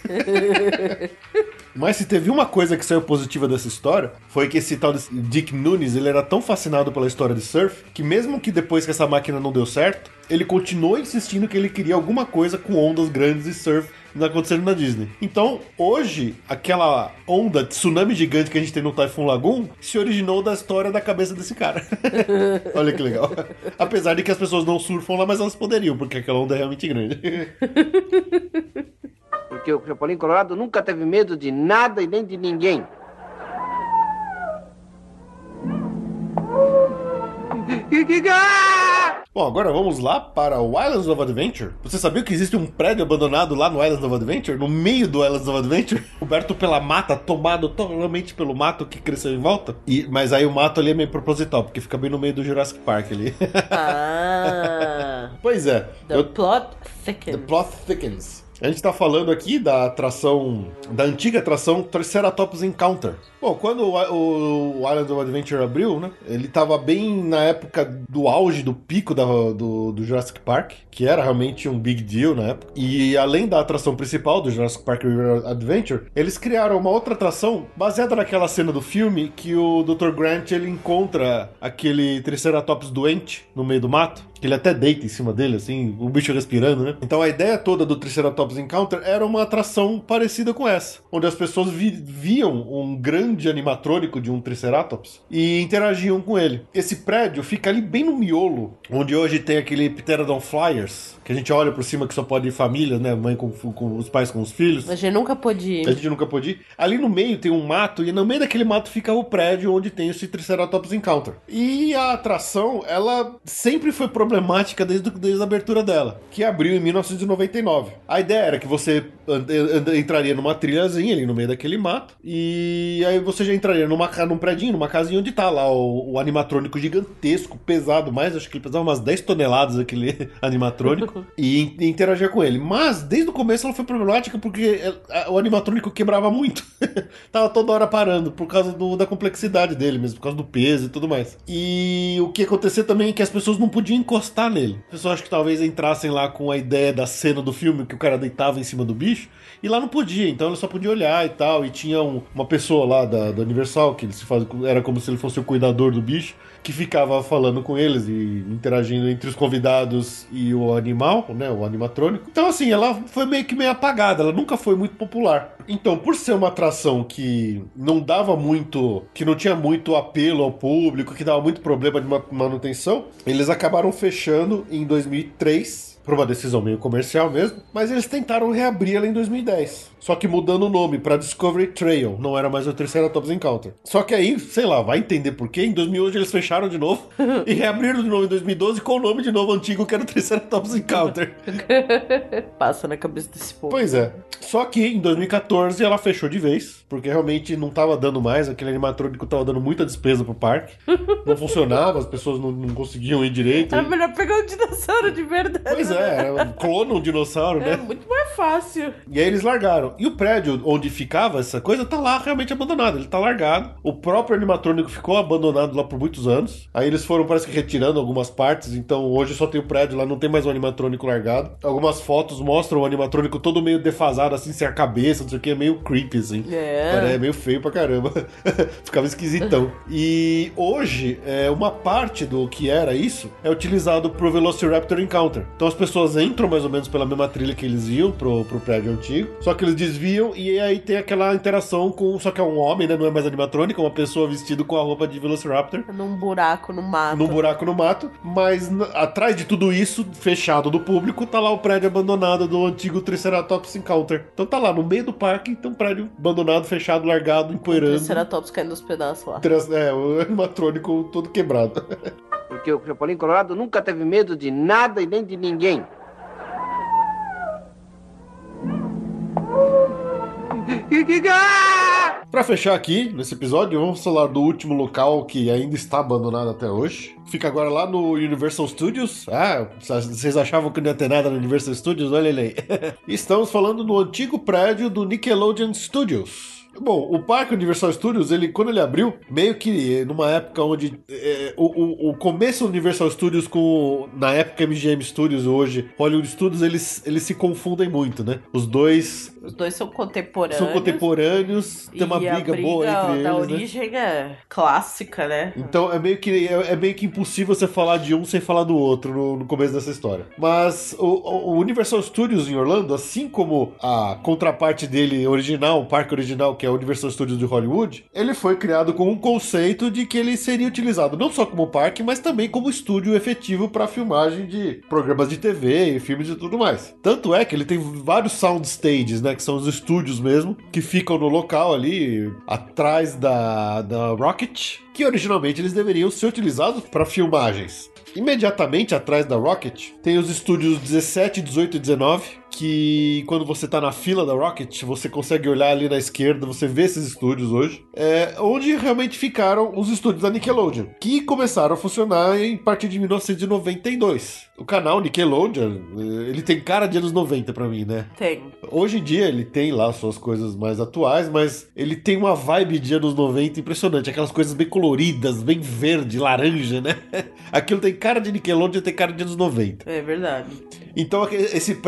Mas se teve uma coisa que saiu positiva dessa história, foi que esse tal de Dick Nunes, ele era tão fascinado pela história de surf, que mesmo que depois que essa máquina não deu certo, ele continuou insistindo que ele queria alguma coisa com ondas grandes e surf acontecendo na Disney. Então, hoje, aquela onda de tsunami gigante que a gente tem no Typhoon Lagoon se originou da história da cabeça desse cara. Olha que legal. Apesar de que as pessoas não surfam lá, mas elas poderiam, porque aquela onda é realmente grande. Porque o Chapolin Colorado nunca teve medo de nada e nem de ninguém. Bom, agora vamos lá para o Islands of Adventure. Você sabia que existe um prédio abandonado lá no Islands of Adventure? No meio do Islands of Adventure? Coberto pela mata, tomado totalmente pelo mato que cresceu em volta. E, mas aí o mato ali é meio proposital, porque fica bem no meio do Jurassic Park ali. Ah. Pois é. The eu... plot thickens. The plot thickens. A gente tá falando aqui da atração, da antiga atração Triceratops Encounter. Bom, quando o, o, o Island of Adventure abriu, né, ele tava bem na época do auge, do pico da, do, do Jurassic Park, que era realmente um big deal na época. E além da atração principal do Jurassic Park River Adventure, eles criaram uma outra atração baseada naquela cena do filme que o doutor Grant, ele encontra aquele Triceratops doente no meio do mato, que ele até deita em cima dele, assim, o bicho respirando, né? Então a ideia toda do Triceratops Triceratops Encounter era uma atração parecida com essa, onde as pessoas vi viam um grande animatrônico de um Triceratops e interagiam com ele. Esse prédio fica ali bem no miolo, onde hoje tem aquele Pterodon Flyers, que a gente olha por cima que só pode ir família, né? Mãe com, com os pais com os filhos. A gente nunca pôde ir. A gente nunca pôde ir. Ali no meio tem um mato, e no meio daquele mato fica o prédio onde tem esse Triceratops Encounter. E a atração, ela sempre foi problemática desde, desde a abertura dela, que abriu em mil novecentos e noventa e nove. A ideia era que você entraria numa trilhazinha ali no meio daquele mato, e aí você já entraria numa, num predinho, numa casinha onde tá lá o, o animatrônico gigantesco, pesado, mais acho que ele pesava umas dez toneladas aquele animatrônico, e, e interagia com ele. Mas desde o começo ela foi problemática porque o animatrônico quebrava muito. Tava toda hora parando por causa do, da complexidade dele mesmo, por causa do peso e tudo mais. E o que acontecia também é que as pessoas não podiam encostar nele. As pessoas acho que talvez entrassem lá com a ideia da cena do filme que o cara deitava em cima do bicho, e lá não podia, então ele só podia olhar e tal. E tinha um, uma pessoa lá da, da Universal, que ele se faz, era como se ele fosse o cuidador do bicho, que ficava falando com eles e interagindo entre os convidados e o animal, né, o animatrônico. Então assim, ela foi meio que meio apagada, ela nunca foi muito popular. Então, por ser uma atração que não dava muito, que não tinha muito apelo ao público, que dava muito problema de manutenção, eles acabaram fechando em dois mil e três, por uma decisão meio comercial mesmo, mas eles tentaram reabrir ela em dois mil e dez. Só que mudando o nome para Discovery Trail, não era mais o Triceratops Encounter. Só que aí, sei lá, vai entender por quê, em dois mil e onze eles fecharam de novo e reabriram de novo em dois mil e doze com o nome de novo antigo, que era o Triceratops Encounter. Passa na cabeça desse povo. Pois é. Só que em dois mil e quatorze ela fechou de vez, porque realmente não tava dando mais, aquele animatrônico tava dando muita despesa pro parque. Não funcionava, as pessoas não, não conseguiam ir direito. Era melhor pegar um dinossauro de verdade. Pois é, era um clone, um dinossauro, né? É muito mais fácil. E aí eles largaram. E o prédio onde ficava essa coisa tá lá realmente abandonado. Ele tá largado. O próprio animatrônico ficou abandonado lá por muitos anos. Aí eles foram, parece que, retirando algumas partes. Então hoje só tem o prédio lá, não tem mais o animatrônico largado. Algumas fotos mostram o animatrônico todo meio defasado, assim, sem a cabeça, não sei o que. É meio creepy, assim. É. É meio feio pra caramba. Ficava esquisitão. E hoje, é, uma parte do que era isso é utilizado pro Velociraptor Encounter. Então as pessoas entram mais ou menos pela mesma trilha que eles iam pro, pro prédio antigo. Só que eles desviam e aí tem aquela interação com... Só que é um homem, né? Não é mais animatrônico, é uma pessoa vestida com a roupa de Velociraptor. Num buraco no mato. Num buraco no mato. Mas n- atrás de tudo isso, fechado do público, tá lá o prédio abandonado do antigo Triceratops Encounter. Então tá lá no meio do parque, tem um prédio abandonado, fechado, largado, empoeirando. O Triceratops caindo nos pedaços lá. É, o animatrônico todo quebrado. Porque o Chapolin Colorado nunca teve medo de nada e nem de ninguém. Pra fechar aqui, nesse episódio, vamos falar do último local que ainda está abandonado até hoje. Fica agora lá no Universal Studios. Ah, vocês achavam que não ia ter nada no Universal Studios? Olha ele aí. Estamos falando no antigo prédio do Nickelodeon Studios. Bom, o Parque Universal Studios, ele, quando ele abriu, meio que numa época onde é, o, o, o começo do Universal Studios com, na época M G M Studios, hoje Hollywood Studios, eles, eles se confundem muito, né? Os dois... Os dois são contemporâneos. São contemporâneos, tem uma e briga, a briga boa entre da eles, origem né? é clássica, né? Então é meio que, é, é meio que impossível você falar de um sem falar do outro no, no começo dessa história. Mas o, o Universal Studios em Orlando, assim como a contraparte dele original, o parque original, que é o Universal Studios de Hollywood, ele foi criado com um conceito de que ele seria utilizado não só como parque, mas também como estúdio efetivo para filmagem de programas de T V e filmes e tudo mais. Tanto é que ele tem vários sound stages, né, que são os estúdios mesmo, que ficam no local ali, atrás da, da Rocket, que originalmente eles deveriam ser utilizados para filmagens. Imediatamente atrás da Rocket, tem os estúdios dezessete, dezoito e dezenove, que quando você tá na fila da Rocket, você consegue olhar ali na esquerda, você vê esses estúdios hoje, é, onde realmente ficaram os estúdios da Nickelodeon, que começaram a funcionar em partir de mil novecentos e noventa e dois. O canal Nickelodeon, ele tem cara de anos noventa pra mim, né? Tem. Hoje em dia ele tem lá suas coisas mais atuais, mas ele tem uma vibe de anos noventa impressionante, aquelas coisas bem coloridas, bem verde, laranja, né? Aquilo tem cara de Nickelodeon, tem cara de anos noventa. É verdade. Então esse prédio, né,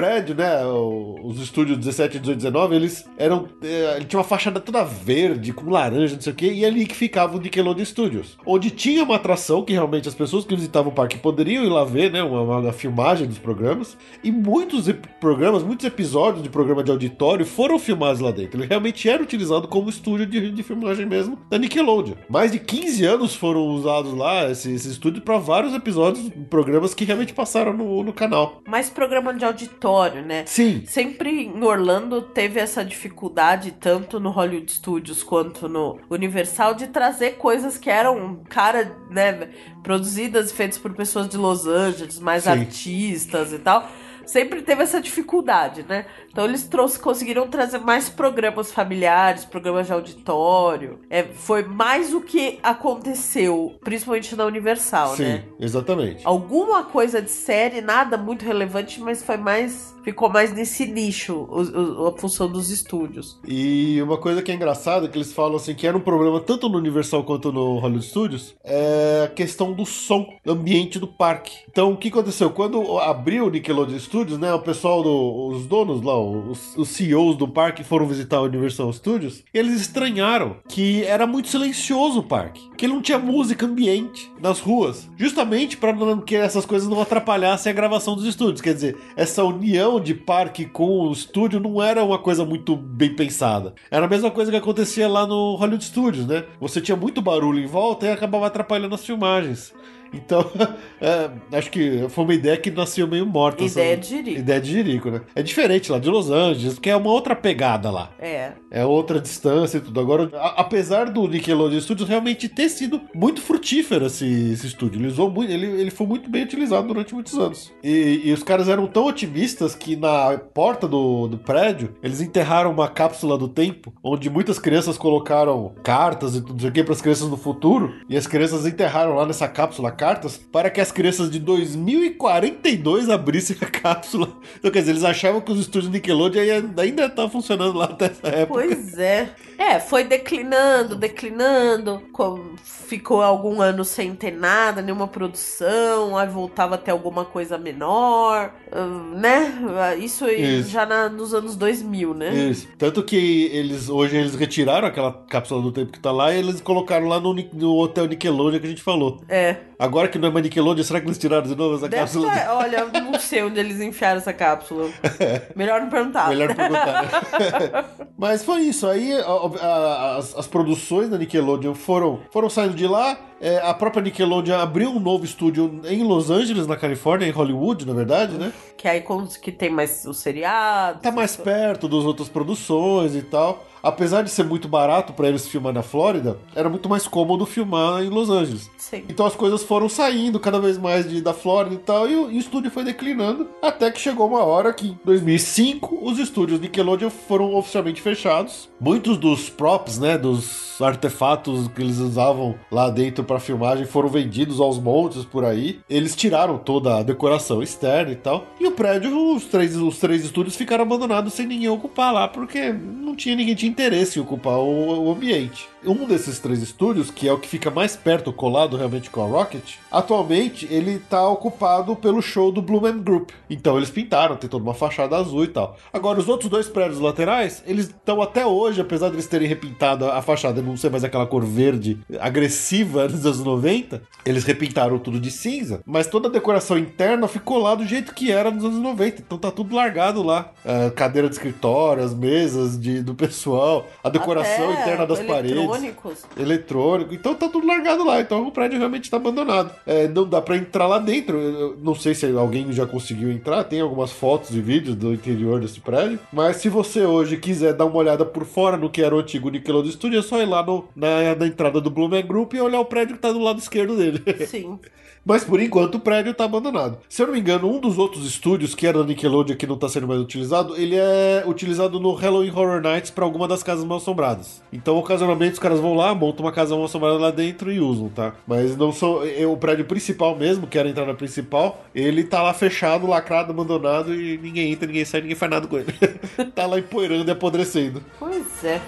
né, os estúdios dezessete, dezoito, dezenove, eles eram, é, ele tinha uma fachada toda verde, com laranja, não sei o quê, e ali que ficava o Nickelodeon Studios, onde tinha uma atração que realmente as pessoas que visitavam o parque poderiam ir lá ver, né, uma, uma filmagem dos programas, e muitos programas, muitos episódios de programa de auditório foram filmados lá dentro. Ele realmente era utilizado como estúdio de, de filmagem mesmo da Nickelodeon. Mais de quinze anos foram usados lá, esse, esse estúdio, para vários episódios, programas que realmente passaram no, no canal. Mais programa de auditório, né? Sim. Sempre em Orlando teve essa dificuldade, tanto no Hollywood Studios quanto no Universal, de trazer coisas que eram, cara, né, produzidas e feitas por pessoas de Los Angeles, mais Sim. artistas e tal. Sempre teve essa dificuldade, né? Então eles trouxe, conseguiram trazer mais programas familiares, programas de auditório. É, foi mais o que aconteceu, principalmente na Universal, Sim, né? Exatamente. Alguma coisa de série, nada muito relevante, mas foi mais... Ficou mais nesse nicho, o, o, a função dos estúdios. E uma coisa que é engraçada, que eles falam assim, que era um problema tanto no Universal quanto no Hollywood Studios, é a questão do som, do ambiente do parque. Então, o que aconteceu? Quando abriu o Nickelodeon Studios, né, o pessoal, do, os donos lá, os, os C E Os do parque foram visitar o Universal Studios, e eles estranharam que era muito silencioso o parque, que ele não tinha música ambiente nas ruas, justamente para que essas coisas não atrapalhassem a gravação dos estúdios. Quer dizer, essa união de parque com o estúdio não era uma coisa muito bem pensada. Era a mesma coisa que acontecia lá no Hollywood Studios, né? Você tinha muito barulho em volta e acabava atrapalhando as filmagens. Então, é, acho que foi uma ideia que nasceu meio morta. Ideia essa, de Jerico. Ideia de Jerico, né? É diferente lá de Los Angeles, porque é uma outra pegada lá. É. É outra distância e tudo. Agora, a, apesar do Nickelodeon Studios realmente ter sido muito frutífero esse, esse estúdio. Ele, usou muito, ele, ele foi muito bem utilizado durante muitos anos. E, e os caras eram tão otimistas que na porta do, do prédio, eles enterraram uma cápsula do tempo, onde muitas crianças colocaram cartas e tudo isso aqui para as crianças no futuro. E as crianças enterraram lá nessa cápsula cartas para que as crianças de dois mil e quarenta e dois abrissem a cápsula. Então, quer dizer, eles achavam que os estúdios Nickelodeon ainda estavam funcionando lá até essa época. Pois é. É, foi declinando, declinando, ficou algum ano sem ter nada, nenhuma produção, aí voltava a ter alguma coisa menor, né? Isso, Isso. já na, nos anos dois mil, né? Isso. Tanto que eles, hoje eles retiraram aquela cápsula do tempo que tá lá e eles colocaram lá no, no Hotel Nickelodeon que a gente falou. É. Agora que não é mais Nickelodeon, será que eles tiraram de novo essa Deve cápsula? Tá, olha, não sei onde eles enfiaram essa cápsula. Melhor não perguntar. Melhor não perguntar, né? Mas foi isso. Aí a, a, as, as produções da Nickelodeon foram, foram saindo de lá. É, a própria Nickelodeon abriu um novo estúdio em Los Angeles, na Califórnia, em Hollywood, na verdade, né? Que aí que tem mais os seriados. Tá mais perto das outras produções e tal. Apesar de ser muito barato para eles filmar na Flórida, era muito mais cômodo filmar em Los Angeles. Sim. Então as coisas foram saindo cada vez mais de, da Flórida e tal, e o, e o estúdio foi declinando, até que chegou uma hora que, em dois mil e cinco, os estúdios Nickelodeon foram oficialmente fechados. Muitos dos props, né, dos artefatos que eles usavam lá dentro para filmagem foram vendidos aos montes por aí. Eles tiraram toda a decoração externa e tal, e o prédio, os três, os três estúdios ficaram abandonados sem ninguém ocupar lá, porque não tinha ninguém tinha interesse em ocupar o, o ambiente. Um desses três estúdios, que é o que fica mais perto, colado realmente com a Rocket, atualmente ele tá ocupado pelo show do Blue Man Group. Então eles pintaram, tem toda uma fachada azul e tal. Agora, os outros dois prédios laterais, eles estão até hoje, apesar de eles terem repintado a fachada, não ser mais aquela cor verde agressiva dos anos noventa, eles repintaram tudo de cinza, mas toda a decoração interna ficou lá do jeito que era nos anos noventa. Então tá tudo largado lá. A cadeira de escritório, as mesas de, do pessoal, a decoração até interna das paredes. Eletrônicos. Eletrônico. Então tá tudo largado lá. Então o prédio realmente tá abandonado. É, não dá pra entrar lá dentro. Eu não sei se alguém já conseguiu entrar. Tem algumas fotos e vídeos do interior desse prédio. Mas se você hoje quiser dar uma olhada por fora no que era o antigo Nickelodeon Studio, é só ir lá no, na, na entrada do Blue Man Group e olhar o prédio que tá do lado esquerdo dele. Sim. Mas por enquanto o prédio tá abandonado. Se eu não me engano, um dos outros estúdios que era da Nickelodeon que não tá sendo mais utilizado, ele é utilizado no Halloween Horror Nights pra alguma das casas mal assombradas. Então, ocasionalmente, os caras vão lá, montam uma casa mal assombrada lá dentro e usam, tá? Mas não são. É, o prédio principal mesmo, que era a entrada principal, ele tá lá fechado, lacrado, abandonado e ninguém entra, ninguém sai, ninguém faz nada com ele. Tá lá empoeirando e apodrecendo. Pois é.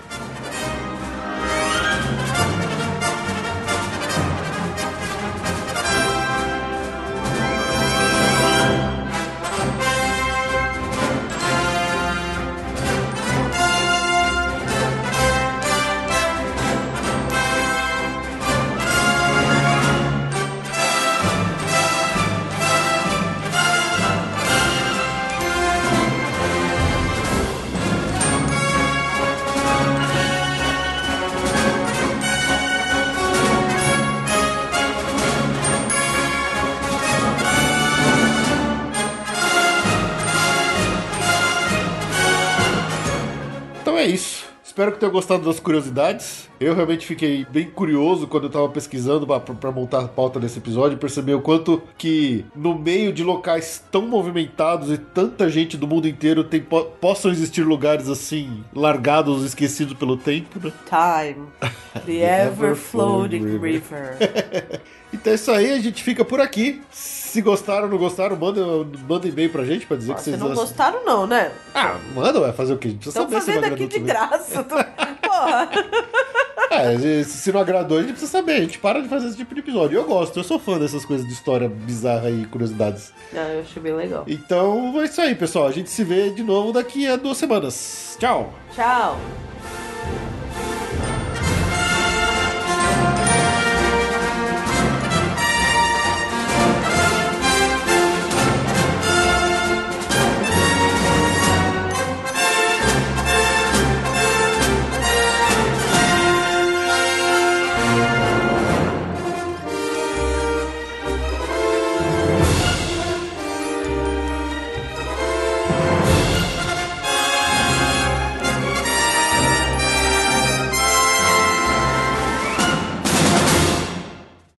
espero que tenham gostado das curiosidades. Eu realmente fiquei bem curioso quando eu tava pesquisando pra, pra montar a pauta desse episódio, perceber o quanto que no meio de locais tão movimentados e tanta gente do mundo inteiro tem, po possam existir lugares assim, largados, esquecidos pelo tempo, né? Time. The ever-floating river. Então é isso aí, a gente fica por aqui. Se gostaram ou não gostaram, manda, manda e-mail pra gente pra dizer Ó, que se vocês... não gostaram, não, né? Ah, manda, vai fazer o quê? A gente precisa Estão saber se não fazendo aqui agradou de também. graça. Tô... Porra. É, se não agradou, a gente precisa saber. A gente para de fazer esse tipo de episódio. Eu gosto, eu sou fã dessas coisas de história bizarra e curiosidades. Ah, eu achei bem legal. Então é isso aí, pessoal. A gente se vê de novo daqui a duas semanas. Tchau! Tchau.